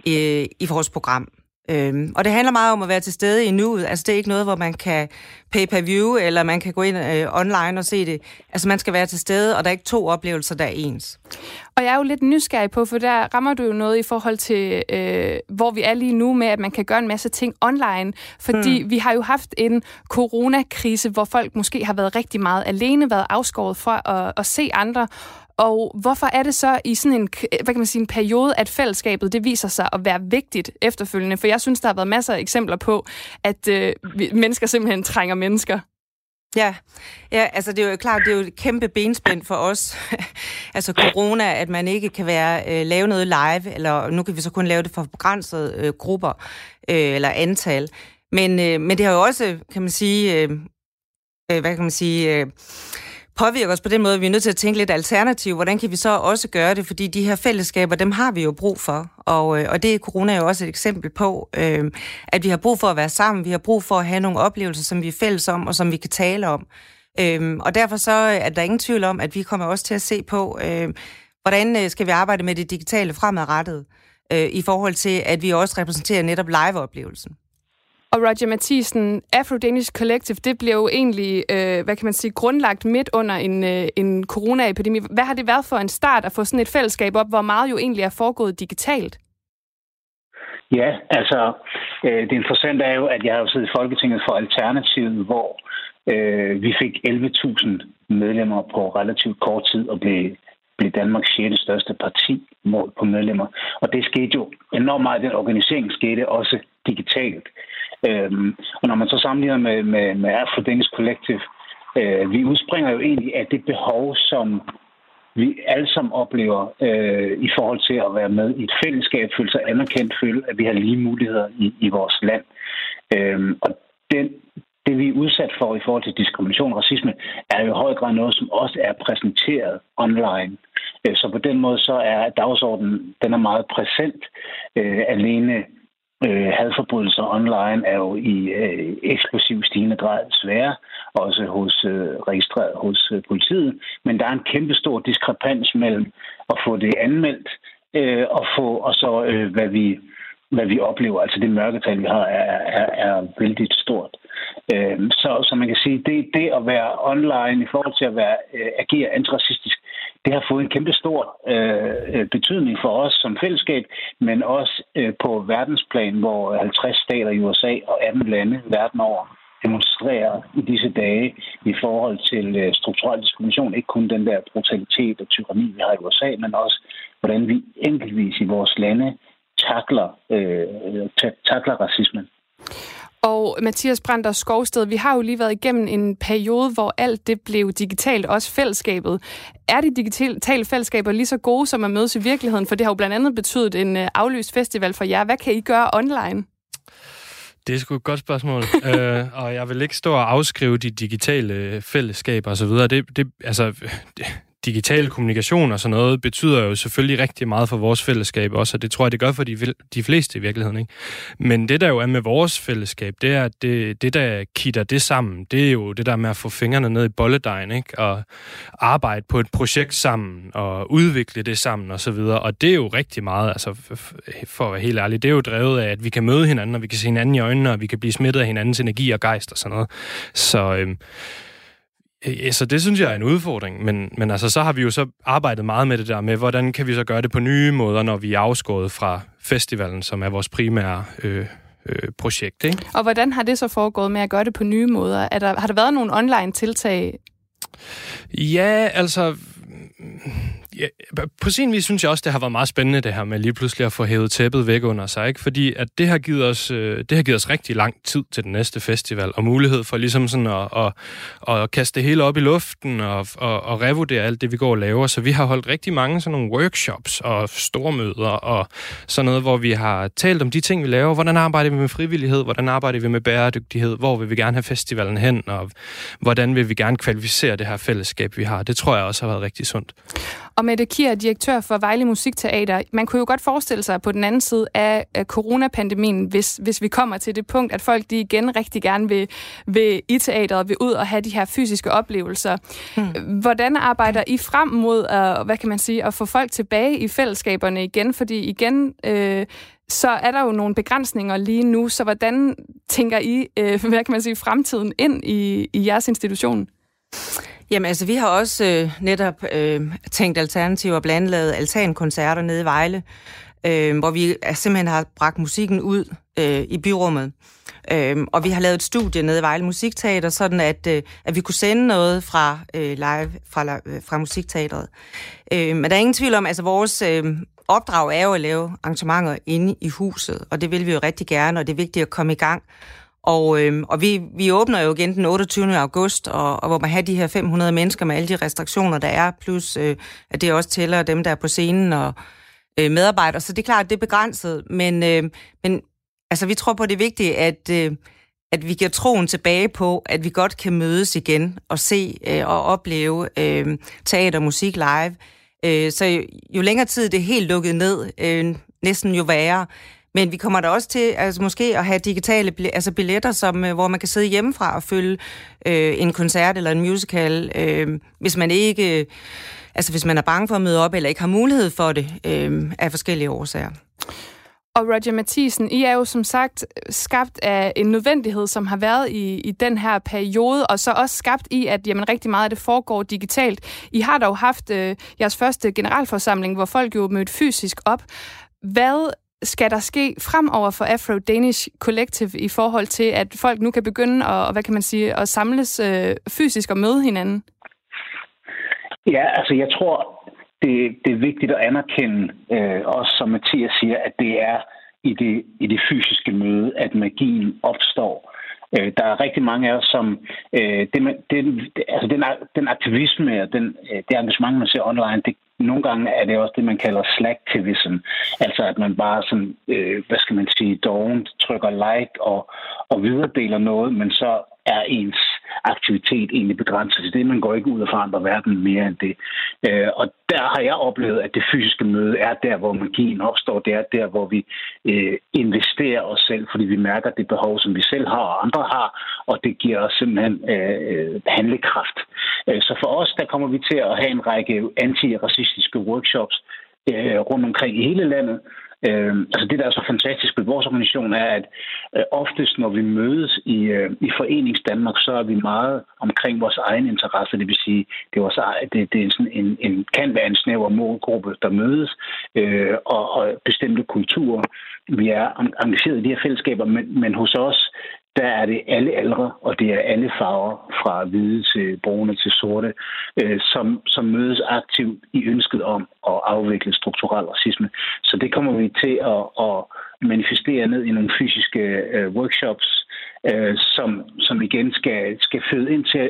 Speaker 8: i vores program. Og det handler meget om at være til stede i nuet. Altså, det er ikke noget, hvor man kan pay-per-view, eller man kan gå ind online og se det. Altså, man skal være til stede, og der er ikke 2 oplevelser, der er ens.
Speaker 1: Og jeg er jo lidt nysgerrig på, for der rammer du jo noget i forhold til, hvor vi er lige nu med, at man kan gøre en masse ting online. Fordi vi har jo haft en coronakrise, hvor folk måske har været rigtig meget alene, været afskåret fra at se andre. Og hvorfor er det så i sådan en periode, at fællesskabet det viser sig at være vigtigt efterfølgende? For jeg synes, der har været masser af eksempler på, at mennesker simpelthen trænger mennesker.
Speaker 8: Ja, altså det er jo klart, det er jo et kæmpe benspænd for os. Altså corona, at man ikke kan lave noget live, eller nu kan vi så kun lave det for begrænsede grupper eller antal. Men det har jo også, kan man sige, påvirker os på den måde, at vi er nødt til at tænke lidt alternativt. Hvordan kan vi så også gøre det? Fordi de her fællesskaber, dem har vi jo brug for. Og det er corona jo også et eksempel på, at vi har brug for at være sammen. Vi har brug for at have nogle oplevelser, som vi er fælles om, og som vi kan tale om. Og derfor så er der ingen tvivl om, at vi kommer også til at se på, hvordan skal vi arbejde med det digitale fremadrettet, i forhold til, at vi også repræsenterer netop live-oplevelsen.
Speaker 1: Og Roger Mathisen, Afro Danish Collective, det blev jo egentlig, grundlagt midt under en coronaepidemi. Hvad har det været for en start at få sådan et fællesskab op, hvor meget jo egentlig er foregået digitalt?
Speaker 9: Ja, altså, det interessante er jo, at jeg har siddet i Folketinget for Alternativet, hvor vi fik 11.000 medlemmer på relativt kort tid og blev Danmarks 6. største parti mål på medlemmer. Og det skete jo enormt meget, den organisering skete også digitalt. Og når man så sammenligner med Afro Danish Collective, vi udspringer jo egentlig af det behov, som vi alle sammen oplever i forhold til at være med i et fællesskab, føle sig anerkendt, føle, at vi har lige muligheder i vores land. Og det, vi er udsat for i forhold til diskrimination og racisme, er jo i høj grad noget, som også er præsenteret online. Så på den måde så er dagsordenen, den er meget præsent. Alene hadforbrydelser online er jo i eksplosiv stigende grad svære, også registreret hos politiet. Men der er en kæmpe stor diskrepans mellem at få det anmeldt og så hvad vi oplever. Altså det mørketal, vi har, er vældig stort. Så man kan sige, det at være online i forhold til at agere antiracistisk, det har fået en kæmpe stor betydning for os som fællesskab, men også på verdensplan, hvor 50 stater i USA og 18 lande verden over demonstrerer i disse dage i forhold til strukturel diskrimination. Ikke kun den der brutalitet og tyranni, vi har i USA, men også hvordan vi enkeltvis i vores lande takler racismen.
Speaker 1: Og Mathias Brandter Skovsted, vi har jo lige været igennem en periode, hvor alt det blev digitalt, også fællesskabet. Er de digitale fællesskaber lige så gode, som at mødes i virkeligheden? For det har jo blandt andet betydet en aflyst festival for jer. Hvad kan I gøre online?
Speaker 5: Det er sgu et godt spørgsmål. Og jeg vil ikke stå og afskrive de digitale fællesskaber og så videre. Digital kommunikation og sådan noget betyder jo selvfølgelig rigtig meget for vores fællesskab også, og det tror jeg, det gør for de fleste i virkeligheden, ikke? Men det, der jo er med vores fællesskab, det er, at det der kitter det sammen, det er jo det der med at få fingrene ned i bolledejen, ikke? Og arbejde på et projekt sammen, og udvikle det sammen, og så videre. Og det er jo rigtig meget, altså for at være helt ærlig, det er jo drevet af, at vi kan møde hinanden, og vi kan se hinanden i øjnene, og vi kan blive smittet af hinandens energi og gejst og sådan noget. Så det synes jeg er en udfordring, men altså, så har vi jo så arbejdet meget med det der med, hvordan kan vi så gøre det på nye måder, når vi er afskåret fra festivalen, som er vores primære projekt, ikke? Og
Speaker 1: hvordan har det så foregået med at gøre det på nye måder? Har der været nogle online tiltag?
Speaker 5: Ja, altså... Ja, på sin vis synes jeg også, det har været meget spændende, det her med lige pludselig at få hævet tæppet væk under sig, ikke? Fordi at det har givet os rigtig lang tid til den næste festival, og mulighed for ligesom sådan at kaste det hele op i luften og revurdere alt det, vi går og laver. Så vi har holdt rigtig mange sådan nogle workshops og stormøder og sådan noget, hvor vi har talt om de ting, vi laver. Hvordan arbejder vi med frivillighed? Hvordan arbejder vi med bæredygtighed? Hvor vil vi gerne have festivalen hen? Og hvordan vil vi gerne kvalificere det her fællesskab, vi har? Det tror jeg også har været rigtig sundt.
Speaker 1: Og Mette Kier, direktør for Vejle Musikteater. Man kunne jo godt forestille sig på den anden side af coronapandemien, hvis vi kommer til det punkt, at folk de igen rigtig gerne vil i teateret, vil ud og have de her fysiske oplevelser. Hvordan arbejder I frem mod at få folk tilbage i fællesskaberne igen? Fordi igen, så er der jo nogle begrænsninger lige nu. Så hvordan tænker I, fremtiden ind i jeres institution?
Speaker 8: Jamen altså, vi har også netop tænkt alternativer, blandt andet lavet altankoncerter nede i Vejle, hvor vi simpelthen har bragt musikken ud i byrummet. Og vi har lavet et studie nede i Vejle Musikteater, sådan at vi kunne sende noget fra live fra Musikteateret. Men der er ingen tvivl om, altså vores opdrag er jo at lave arrangementer inde i huset, og det vil vi jo rigtig gerne, og det er vigtigt at komme i gang. Og vi åbner jo igen den 28. august, og hvor man har de her 500 mennesker med alle de restriktioner, der er, plus at det også tæller dem, der er på scenen og medarbejdere. Så det er klart, at det er begrænset, men altså, vi tror på, det er vigtigt, at vi giver troen tilbage på, at vi godt kan mødes igen og se og opleve teater og musik live. Så jo længere tid det er helt lukket ned, næsten jo værre. Men vi kommer da også til måske at have digitale billetter, hvor man kan sidde hjemmefra og følge en koncert eller en musical, hvis man ikke, hvis man er bange for at møde op eller ikke har mulighed for det af forskellige årsager.
Speaker 1: Og Roger Matthiesen, I er jo som sagt skabt af en nødvendighed, som har været i den her periode, og så også skabt i, at rigtig meget af det foregår digitalt. I har dog haft jeres første generalforsamling, hvor folk jo mødte fysisk op. Hvad skal der ske fremover for Afro-Danish Collective i forhold til, at folk nu kan begynde at samles fysisk og møde hinanden?
Speaker 9: Ja, altså jeg tror, det er vigtigt at anerkende, også som Mathias siger, at det er i det fysiske møde, at magien opstår. Der er rigtig mange af os, som den aktivisme og det engagement, man ser online, nogle gange er det også det, man kalder slacktivism. Altså at man bare sådan, dovent trykker like og videredeler noget, men så er ens aktivitet egentlig begrænset til det. Man går ikke ud og forandrer verden mere end det. Og der har jeg oplevet, at det fysiske møde er der, hvor magien opstår. Det er der, hvor vi investerer os selv, fordi vi mærker det behov, som vi selv har og andre har, og det giver os simpelthen handlekraft. Så for os, der kommer vi til at have en række antiracistiske workshops rundt omkring i hele landet. Det, der er så fantastisk ved vores organisation, er, at oftest, når vi mødes i Forenings Danmark, så er vi meget omkring vores egen interesse. Det vil sige, det er sådan kan være en snæver målgruppe, der mødes, og bestemte kulturer. Vi er engageret i de her fællesskaber, men hos os, der er det alle aldre, og det er alle farver, fra hvide til brune til sorte, som mødes aktivt i ønsket om at afvikle strukturel racisme. Så det kommer vi til at manifestere ned i nogle fysiske workshops, som igen skal føde ind til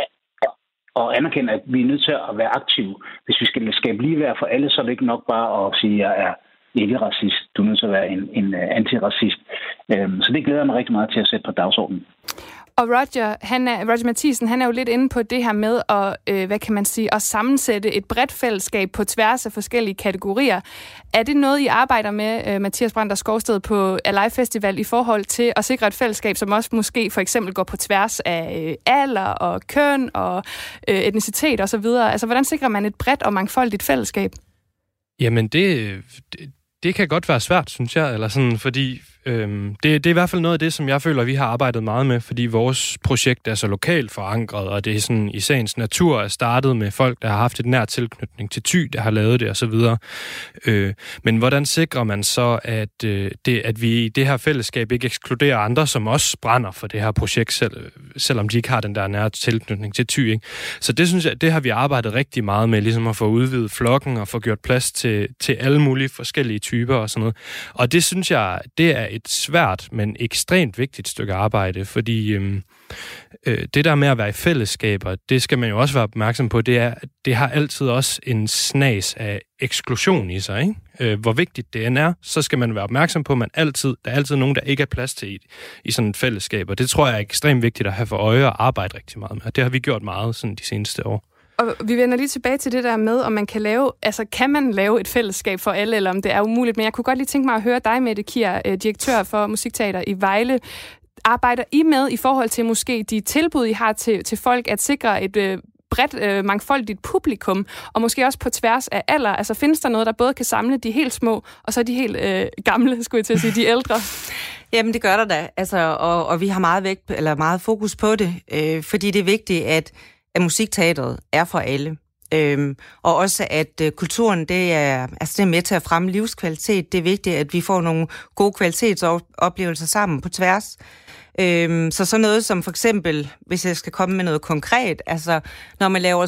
Speaker 9: at anerkende, at vi er nødt til at være aktive. Hvis vi skal skabe ligeværd for alle, så er det ikke nok bare at sige, at jeg er ikke racist. Du er nødt til at være en antiracist. Så det glæder jeg mig rigtig meget til at sætte på dagsordenen.
Speaker 1: Og Roger Matthiesen, han er jo lidt inde på det her med at sammensætte et bredt fællesskab på tværs af forskellige kategorier. Er det noget, I arbejder med, Mathias Brander Skovsted, på Alive Festival i forhold til at sikre et fællesskab, som også måske for eksempel går på tværs af alder og køn og etnicitet osv.? Altså, hvordan sikrer man et bredt og mangfoldigt fællesskab?
Speaker 5: Jamen, det kan godt være svært, synes jeg, eller sådan, fordi det er i hvert fald noget af det, som jeg føler, vi har arbejdet meget med, fordi vores projekt er så lokalt forankret, og det er sådan i sagens natur er startet med folk, der har haft et nær tilknytning til Thy, der har lavet det, og så videre. Men hvordan sikrer man så, at vi i det her fællesskab ikke ekskluderer andre, som også brænder for det her projekt, selvom de ikke har den der nære tilknytning til Thy, ikke? Så det synes jeg, det har vi arbejdet rigtig meget med, ligesom at få udvidet flokken og få gjort plads til alle mulige forskellige typer og sådan noget. Og det synes jeg, det er et svært, men ekstremt vigtigt stykke arbejde, fordi det der med at være i fællesskaber, det skal man jo også være opmærksom på, det har altid også en snas af eksklusion i sig, ikke? Hvor vigtigt det end er, så skal man være opmærksom på, at der er altid nogen, der ikke er plads til i sådan et fællesskab, og det tror jeg er ekstremt vigtigt at have for øje og arbejde rigtig meget med, og det har vi gjort meget sådan de seneste år.
Speaker 1: Og vi vender lige tilbage til det der med, om man kan man lave et fællesskab for alle, eller om det er umuligt. Men jeg kunne godt lige tænke mig at høre dig, Mette Kier, direktør for Musikteater i Vejle. Arbejder I med i forhold til måske de tilbud, I har til folk, at sikre et bredt, mangfoldigt publikum, og måske også på tværs af alder? Altså findes der noget, der både kan samle de helt små, og så de helt gamle, skulle jeg til at sige, de ældre?
Speaker 8: Jamen, det gør der da. Altså, og vi har meget fokus på det, fordi det er vigtigt, at musikteatret er for alle. Og også, at kulturen, det er med til at fremme livskvalitet. Det er vigtigt, at vi får nogle gode kvalitetsoplevelser sammen på tværs. Så sådan noget som for eksempel, hvis jeg skal komme med noget konkret, altså når man laver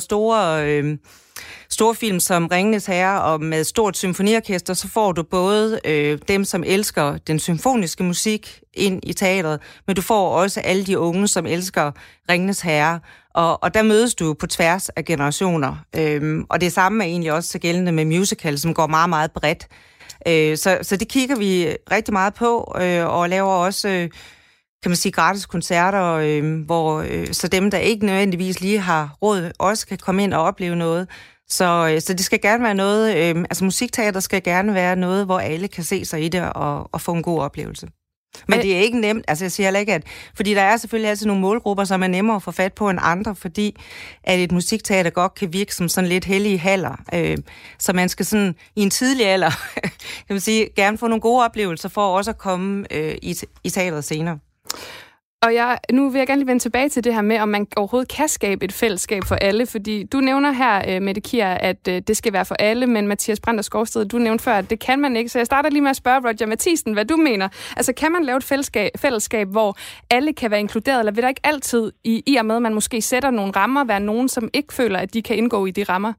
Speaker 8: store film som Ringenes Herre og med stort symfoniorkester, så får du både dem, som elsker den symfoniske musik ind i teatret, men du får også alle de unge, som elsker Ringenes Herre. Og der mødes du på tværs af generationer. Og det samme er egentlig også så gældende med musical, som går meget, meget bredt. Så det kigger vi rigtig meget på, og laver også, kan man sige, gratis koncerter, hvor så dem, der ikke nødvendigvis lige har råd, også kan komme ind og opleve noget. Så det skal gerne være noget, altså musikteater skal gerne være noget, hvor alle kan se sig i det og få en god oplevelse. Men det er ikke nemt, altså jeg siger heller ikke, fordi der er selvfølgelig altid nogle målgrupper, som er nemmere at få fat på end andre, fordi at et musikteater godt kan virke som sådan lidt hellige haller. Så man skal sådan i en tidlig alder, kan man sige, gerne få nogle gode oplevelser for også at komme i teateret senere.
Speaker 1: Og nu vil jeg gerne lige vende tilbage til det her med, om man overhovedet kan skabe et fællesskab for alle, fordi du nævner her, Mette Kier, at det skal være for alle, men Mathias Brander Skovsted, du nævnte før, at det kan man ikke, så jeg starter lige med at spørge Roger Matthiesen, hvad du mener. Altså, kan man lave et fællesskab, hvor alle kan være inkluderet, eller vil der ikke altid, i og med, at man måske sætter nogle rammer, være nogen, som ikke føler, at de kan indgå i de rammer?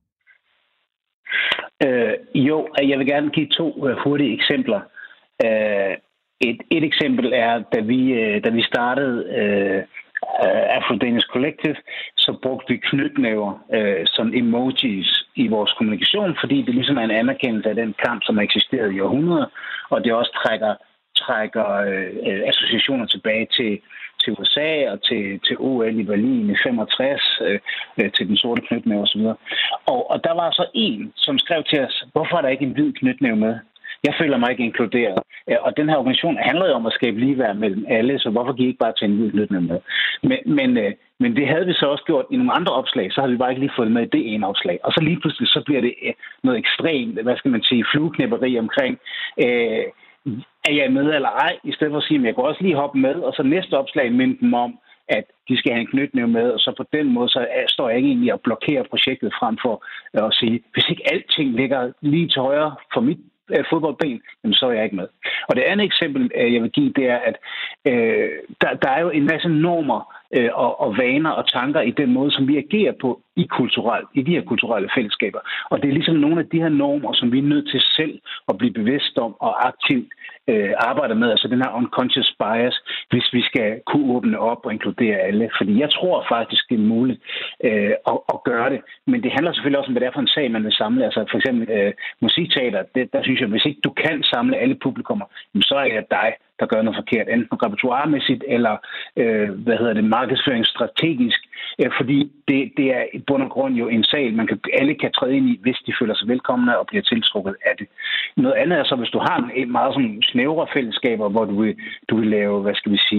Speaker 9: Jo, jeg vil gerne give 2 hurtige eksempler. Et eksempel er, da vi startede Afro-Danish Collective, så brugte vi knytnæver som emojis i vores kommunikation, fordi det ligesom er en anerkendelse af den kamp, som har eksisteret i århundreder, og det også trækker associationer tilbage til USA og til OL i Berlin i 65, til den sorte knytnæve osv. Og der var så en, som skrev til os, hvorfor er der ikke en hvid knytnæve med? Jeg føler mig ikke inkluderet. Og den her organisation handler jo om at skabe ligeværd mellem alle, så hvorfor kan I ikke bare tage en hvid knytnæve med? Men det havde vi så også gjort i nogle andre opslag, så havde vi bare ikke lige fået med i det ene opslag. Og så lige pludselig, så bliver det noget ekstremt, flueknæpperi omkring, er jeg med eller ej, i stedet for at sige, at jeg kan også lige hoppe med, og så næste opslag minde dem om, at de skal have en knytnæve med, og så på den måde, så står jeg ikke egentlig og blokerer projektet frem for at sige, hvis ikke alting ligger lige til højre for mit fodboldben, jamen så er jeg ikke med. Og det andet eksempel, jeg vil give, det er, at der er jo en masse normer og vaner og tanker i den måde, som vi agerer på i de her kulturelle fællesskaber. Og det er ligesom nogle af de her normer, som vi er nødt til selv at blive bevidst om og aktivt arbejde med, altså den her unconscious bias, hvis vi skal kunne åbne op og inkludere alle. Fordi jeg tror faktisk, det er muligt at gøre det. Men det handler selvfølgelig også om, hvad det er for en sag, man vil samle. Altså for eksempel musikteater, der synes jeg, hvis ikke du kan samle alle publikummer, så er det dig, der gør noget forkert, enten repertoiremæssigt eller markedsføringsstrategisk, fordi det er i bund og grund jo en sal, alle kan træde ind i, hvis de føler sig velkomne og bliver tiltrukket af det. Noget andet er så, hvis du har en meget sådan snævre fællesskaber, hvor du vil lave,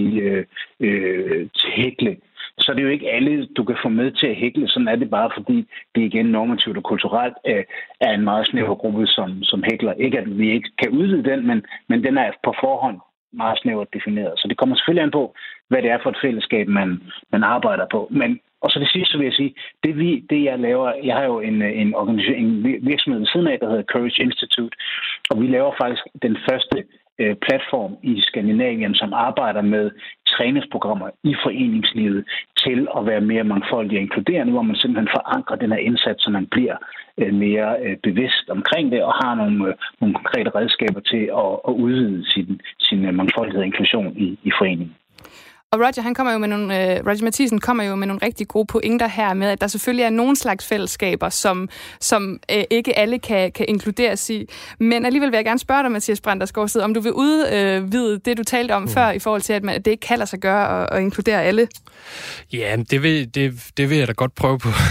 Speaker 9: hækle, så er det jo ikke alle, du kan få med til at hækle. Sådan er det bare, fordi det igen normativt og kulturelt er en meget snæver gruppe, som hækler. Ikke at vi ikke kan udvide den, men den er på forhånd meget snævert defineret. Så det kommer selvfølgelig an på, hvad det er for et fællesskab, man arbejder på. Men og så det sidste, så vil jeg sige, det jeg laver, jeg har jo en virksomhed ved siden af, der hedder Courage Institute, og vi laver faktisk den første platform i Skandinavien, som arbejder med træningsprogrammer i foreningslivet til at være mere mangfoldig og inkluderende, hvor man simpelthen forankrer den her indsats, så man bliver mere bevidst omkring det og har nogle konkrete redskaber til at udvide sin mangfoldighed og inklusion i foreningen.
Speaker 1: Og Roger Matthiesen kommer jo med nogle rigtig gode pointer her med, at der selvfølgelig er nogle slags fællesskaber, som ikke alle kan inkluderes i. Men alligevel vil jeg gerne spørge dig, Mathias Brandersgaard, om du vil udvide det, du talte om før, i forhold til, at det ikke kan lade sig gøre at inkludere alle.
Speaker 5: Ja, det vil jeg da godt prøve på.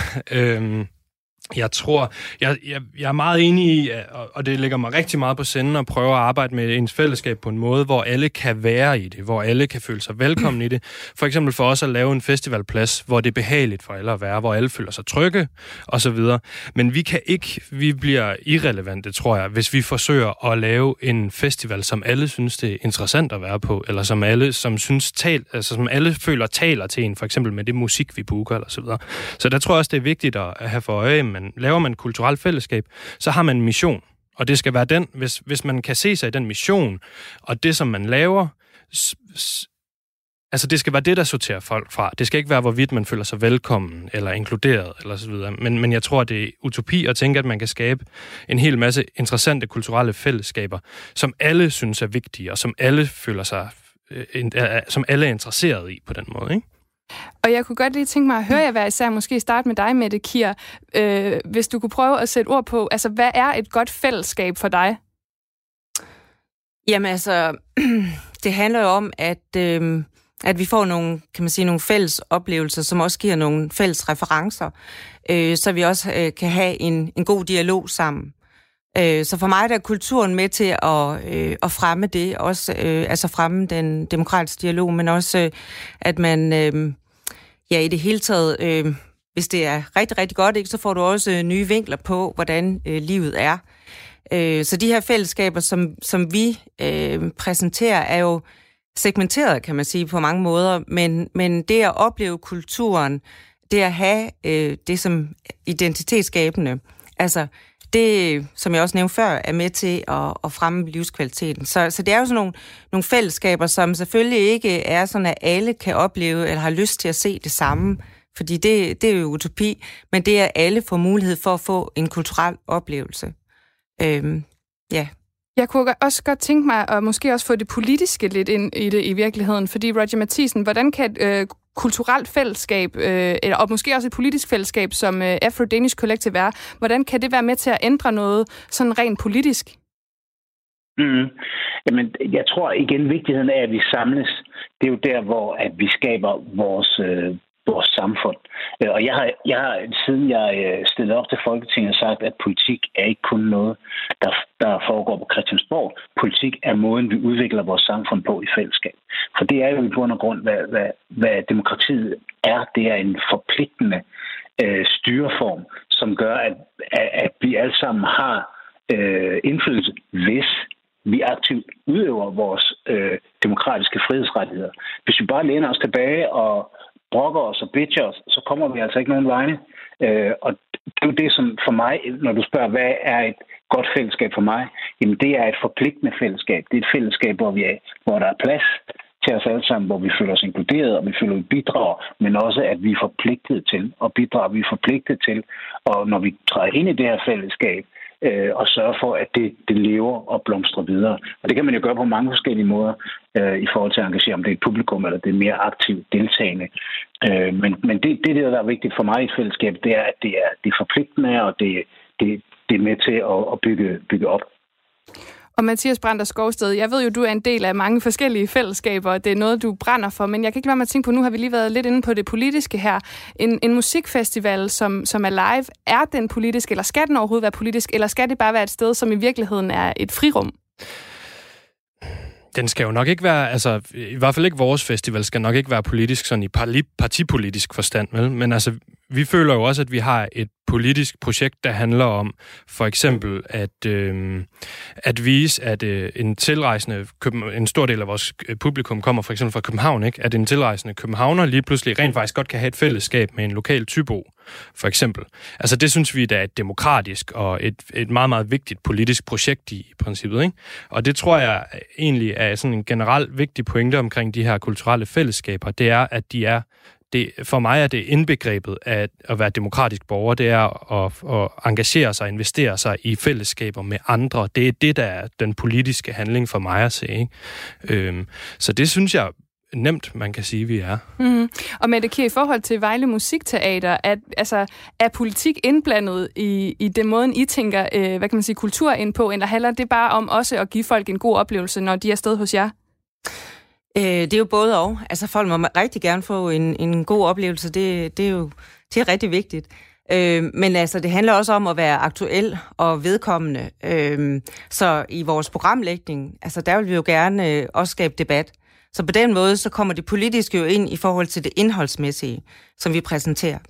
Speaker 5: Jeg tror, jeg er meget enig i, og det ligger mig rigtig meget på senden at prøve at arbejde med ens fællesskab på en måde, hvor alle kan være i det, hvor alle kan føle sig velkommen i det. For eksempel for os at lave en festivalplads, hvor det er behageligt for alle at være, hvor alle føler sig trygge osv. Men vi bliver irrelevante, tror jeg, hvis vi forsøger at lave en festival, som alle synes, det er interessant at være på, eller som alle, som alle føler taler til en, for eksempel med det musik, vi booker, eller så videre. Så der tror jeg også, det er vigtigt at have for øje, laver man et kulturelt fællesskab, så har man en mission. Og det skal være den, hvis man kan se sig i den mission, og det, som man laver, altså det skal være det, der sorterer folk fra. Det skal ikke være, hvorvidt man føler sig velkommen, eller inkluderet, eller så videre. Men jeg tror, det er utopi at tænke, at man kan skabe en hel masse interessante kulturelle fællesskaber, som alle synes er vigtige, og som alle føler sig, som alle er interesseret i på den måde, ikke?
Speaker 1: Og jeg kunne godt lige tænke mig at høre jer hver især, måske starte med dig, Mette Kier, hvis du kunne prøve at sætte ord på, altså hvad er et godt fællesskab for dig?
Speaker 8: Jamen altså, det handler jo om, at vi får nogle fælles oplevelser, som også giver nogle fælles referencer, så vi også kan have en god dialog sammen. Så for mig der er kulturen med til at fremme det, også altså fremme den demokratiske dialog, men også at man i det hele taget, hvis det er rigtig, rigtig godt, ikke, så får du også nye vinkler på, hvordan livet er. Så de her fællesskaber, som vi præsenterer, er jo segmenteret, kan man sige, på mange måder, men det at opleve kulturen, det at have det som identitetsskabende, altså det, som jeg også nævnte før, er med til at fremme livskvaliteten. Så det er jo sådan nogle fællesskaber, som selvfølgelig ikke er sådan, at alle kan opleve eller har lyst til at se det samme, fordi det er jo utopi, men det er, at alle får mulighed for at få en kulturel oplevelse. Ja.
Speaker 1: Jeg kunne også godt tænke mig at måske også få det politiske lidt ind i det i virkeligheden, fordi Roger Matthiesen, hvordan kan et kulturelt fællesskab, og måske også et politisk fællesskab, som Afro-Danish Collective er, hvordan kan det være med til at ændre noget sådan rent politisk?
Speaker 9: Jamen, jeg tror igen, vigtigheden af, at vi samles, det er jo der, hvor at vi skaber vores samfund. Og jeg har siden jeg stillede op til Folketinget, sagt, at politik er ikke kun noget, der foregår på Christiansborg. Politik er måden, vi udvikler vores samfund på i fællesskab. For det er jo i bund og grund, hvad demokratiet er. Det er en forpligtende styreform, som gør, at vi alle sammen har indflydelse, hvis vi aktivt udøver vores demokratiske frihedsrettigheder. Hvis vi bare læner os tilbage og brokker os og bitcher os, så kommer vi altså ikke nogen vegne. Og det er jo det, som for mig, når du spørger, hvad er et godt fællesskab for mig, jamen det er et forpligtende fællesskab. Det er et fællesskab, hvor der er plads til os alle sammen, hvor vi føler os inkluderet, og vi føler, at vi bidrager, men også, at vi er forpligtet til at bidrage. Vi er forpligtet til, og når vi træder ind i det her fællesskab, og sørge for, at det lever og blomstrer videre. Og det kan man jo gøre på mange forskellige måder i forhold til at engagere, om det er et publikum, eller det er mere aktivt deltagende. Men det, der er vigtigt for mig i et fællesskab, det er, at det er forpligtende, og det er med til at bygge op.
Speaker 1: Og Mathias Brander Skovsted, jeg ved jo, du er en del af mange forskellige fællesskaber, og det er noget, du brænder for, men jeg kan ikke lade mig at tænke på, nu har vi lige været lidt inde på det politiske her. En musikfestival, som er live, er den politisk, eller skal den overhovedet være politisk, eller skal det bare være et sted, som i virkeligheden er et frirum?
Speaker 5: Den skal jo nok ikke være, altså i hvert fald ikke vores festival, skal nok ikke være politisk, sådan i partipolitisk forstand, vel? Men altså, vi føler jo også, at vi har et politisk projekt, der handler om for eksempel at vise, at en stor del af vores publikum kommer for eksempel fra København, ikke? At en tilrejsende københavner lige pludselig rent faktisk godt kan have et fællesskab med en lokal tybo, for eksempel. Altså det synes vi, der er et demokratisk og et meget, meget vigtigt politisk projekt i princippet, ikke? Og det tror jeg egentlig er sådan en generelt vigtig pointe omkring de her kulturelle fællesskaber, det er, at de er for mig er det indbegrebet af at være demokratisk borger, det er at engagere sig, investere sig i fællesskaber med andre. Det er det, der er den politiske handling for mig at se, ikke? Så det synes jeg nemt, man kan sige, vi er.
Speaker 1: Mm-hmm. Og Mette Kier, i forhold til Vejle Musikteater, er politik indblandet i den måden, I tænker, hvad kan man sige, kultur ind på, eller handler det bare om også at give folk en god oplevelse, når de er afsted hos jer?
Speaker 8: Det er jo både og. Altså folk må rigtig gerne få en god oplevelse. Det er rigtig vigtigt. Men altså, det handler også om at være aktuel og vedkommende. Så i vores programlægning, altså der vil vi jo gerne også skabe debat. Så på den måde, så kommer det politiske jo ind i forhold til det indholdsmæssige, som vi præsenterer.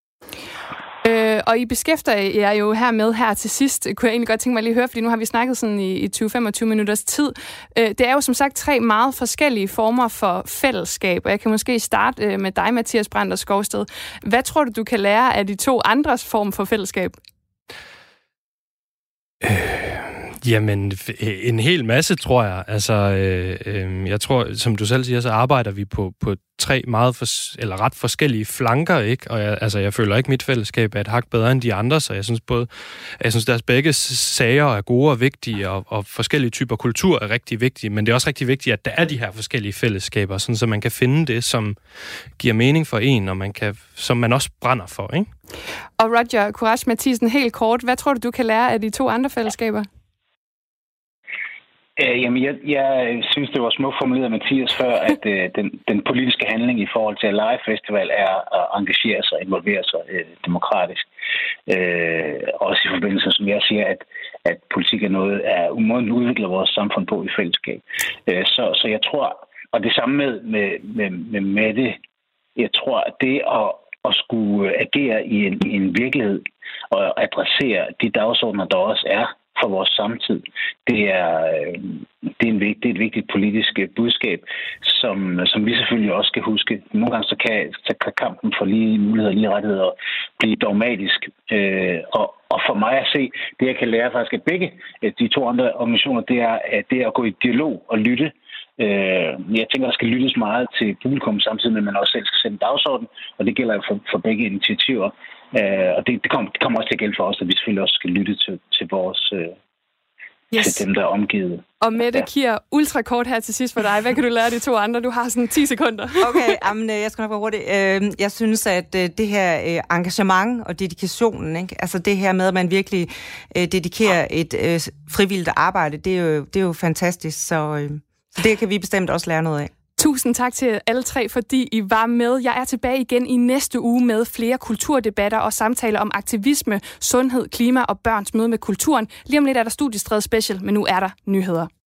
Speaker 1: Og I beskæftiger jer jo her til sidst, kunne jeg egentlig godt tænke mig lige at høre, fordi nu har vi snakket sådan i 20-25 minutters tid. Det er jo som sagt 3 meget forskellige former for fællesskab, og jeg kan måske starte med dig, Mathias Brander Skovsted. Hvad tror du kan lære af de 2 andres form for fællesskab?
Speaker 5: Jamen, en hel masse, tror jeg. Altså, jeg tror, som du selv siger, så arbejder vi på 3 ret forskellige flanker, ikke? Og jeg føler ikke, mit fællesskab er et hak bedre end de andre, så jeg synes deres begge sager er gode og vigtige, og forskellige typer kultur er rigtig vigtige, men det er også rigtig vigtigt, at der er de her forskellige fællesskaber, sådan så man kan finde det, som giver mening for en, og som man også brænder for, ikke?
Speaker 1: Og Roger Courage Matthiesen, helt kort, hvad tror du kan lære af de 2 andre fællesskaber?
Speaker 9: Jamen, jeg synes, det var smukt formuleret af Mathias før, at den politiske handling i forhold til Live Festival er at engagere sig og involvere sig demokratisk. Også i forbindelse, som jeg siger, at politik er noget af måden, vi udvikler vores samfund på i fællesskab. Så jeg tror, og det samme med det, jeg tror, at det at skulle agere i en virkelighed og adressere de dagsordner, der også er for vores samtid. Det er et vigtigt politisk budskab, som vi selvfølgelig også skal huske. Nogle gange så kan kampen for lige muligheder og lige rettigheder blive dogmatisk. Og for mig at se, det jeg kan lære faktisk af begge de 2 andre organisationer, det er at gå i dialog og lytte. Jeg tænker, der skal lyttes meget til publikum samtidig med, at man også selv skal sætte en dagsorden, og det gælder jo for begge initiativer. Og det kommer også til at gælde for os, at vi selvfølgelig også skal lytte til til dem, der er omgivet.
Speaker 1: Og Mette Kier, ultrakort her til sidst for dig. Hvad kan du lære de to andre? Du har sådan 10 sekunder.
Speaker 8: Okay, jeg skal nok være hurtig. Jeg synes, at det her engagement og dedikationen, ikke? Altså det her med, at man virkelig dedikerer et frivilligt arbejde, det er jo fantastisk. Så det kan vi bestemt også lære noget af.
Speaker 1: Tusind tak til alle tre, fordi I var med. Jeg er tilbage igen i næste uge med flere kulturdebatter og samtaler om aktivisme, sundhed, klima og børns møde med kulturen. Lige om lidt er der Studiestræde special, men nu er der nyheder.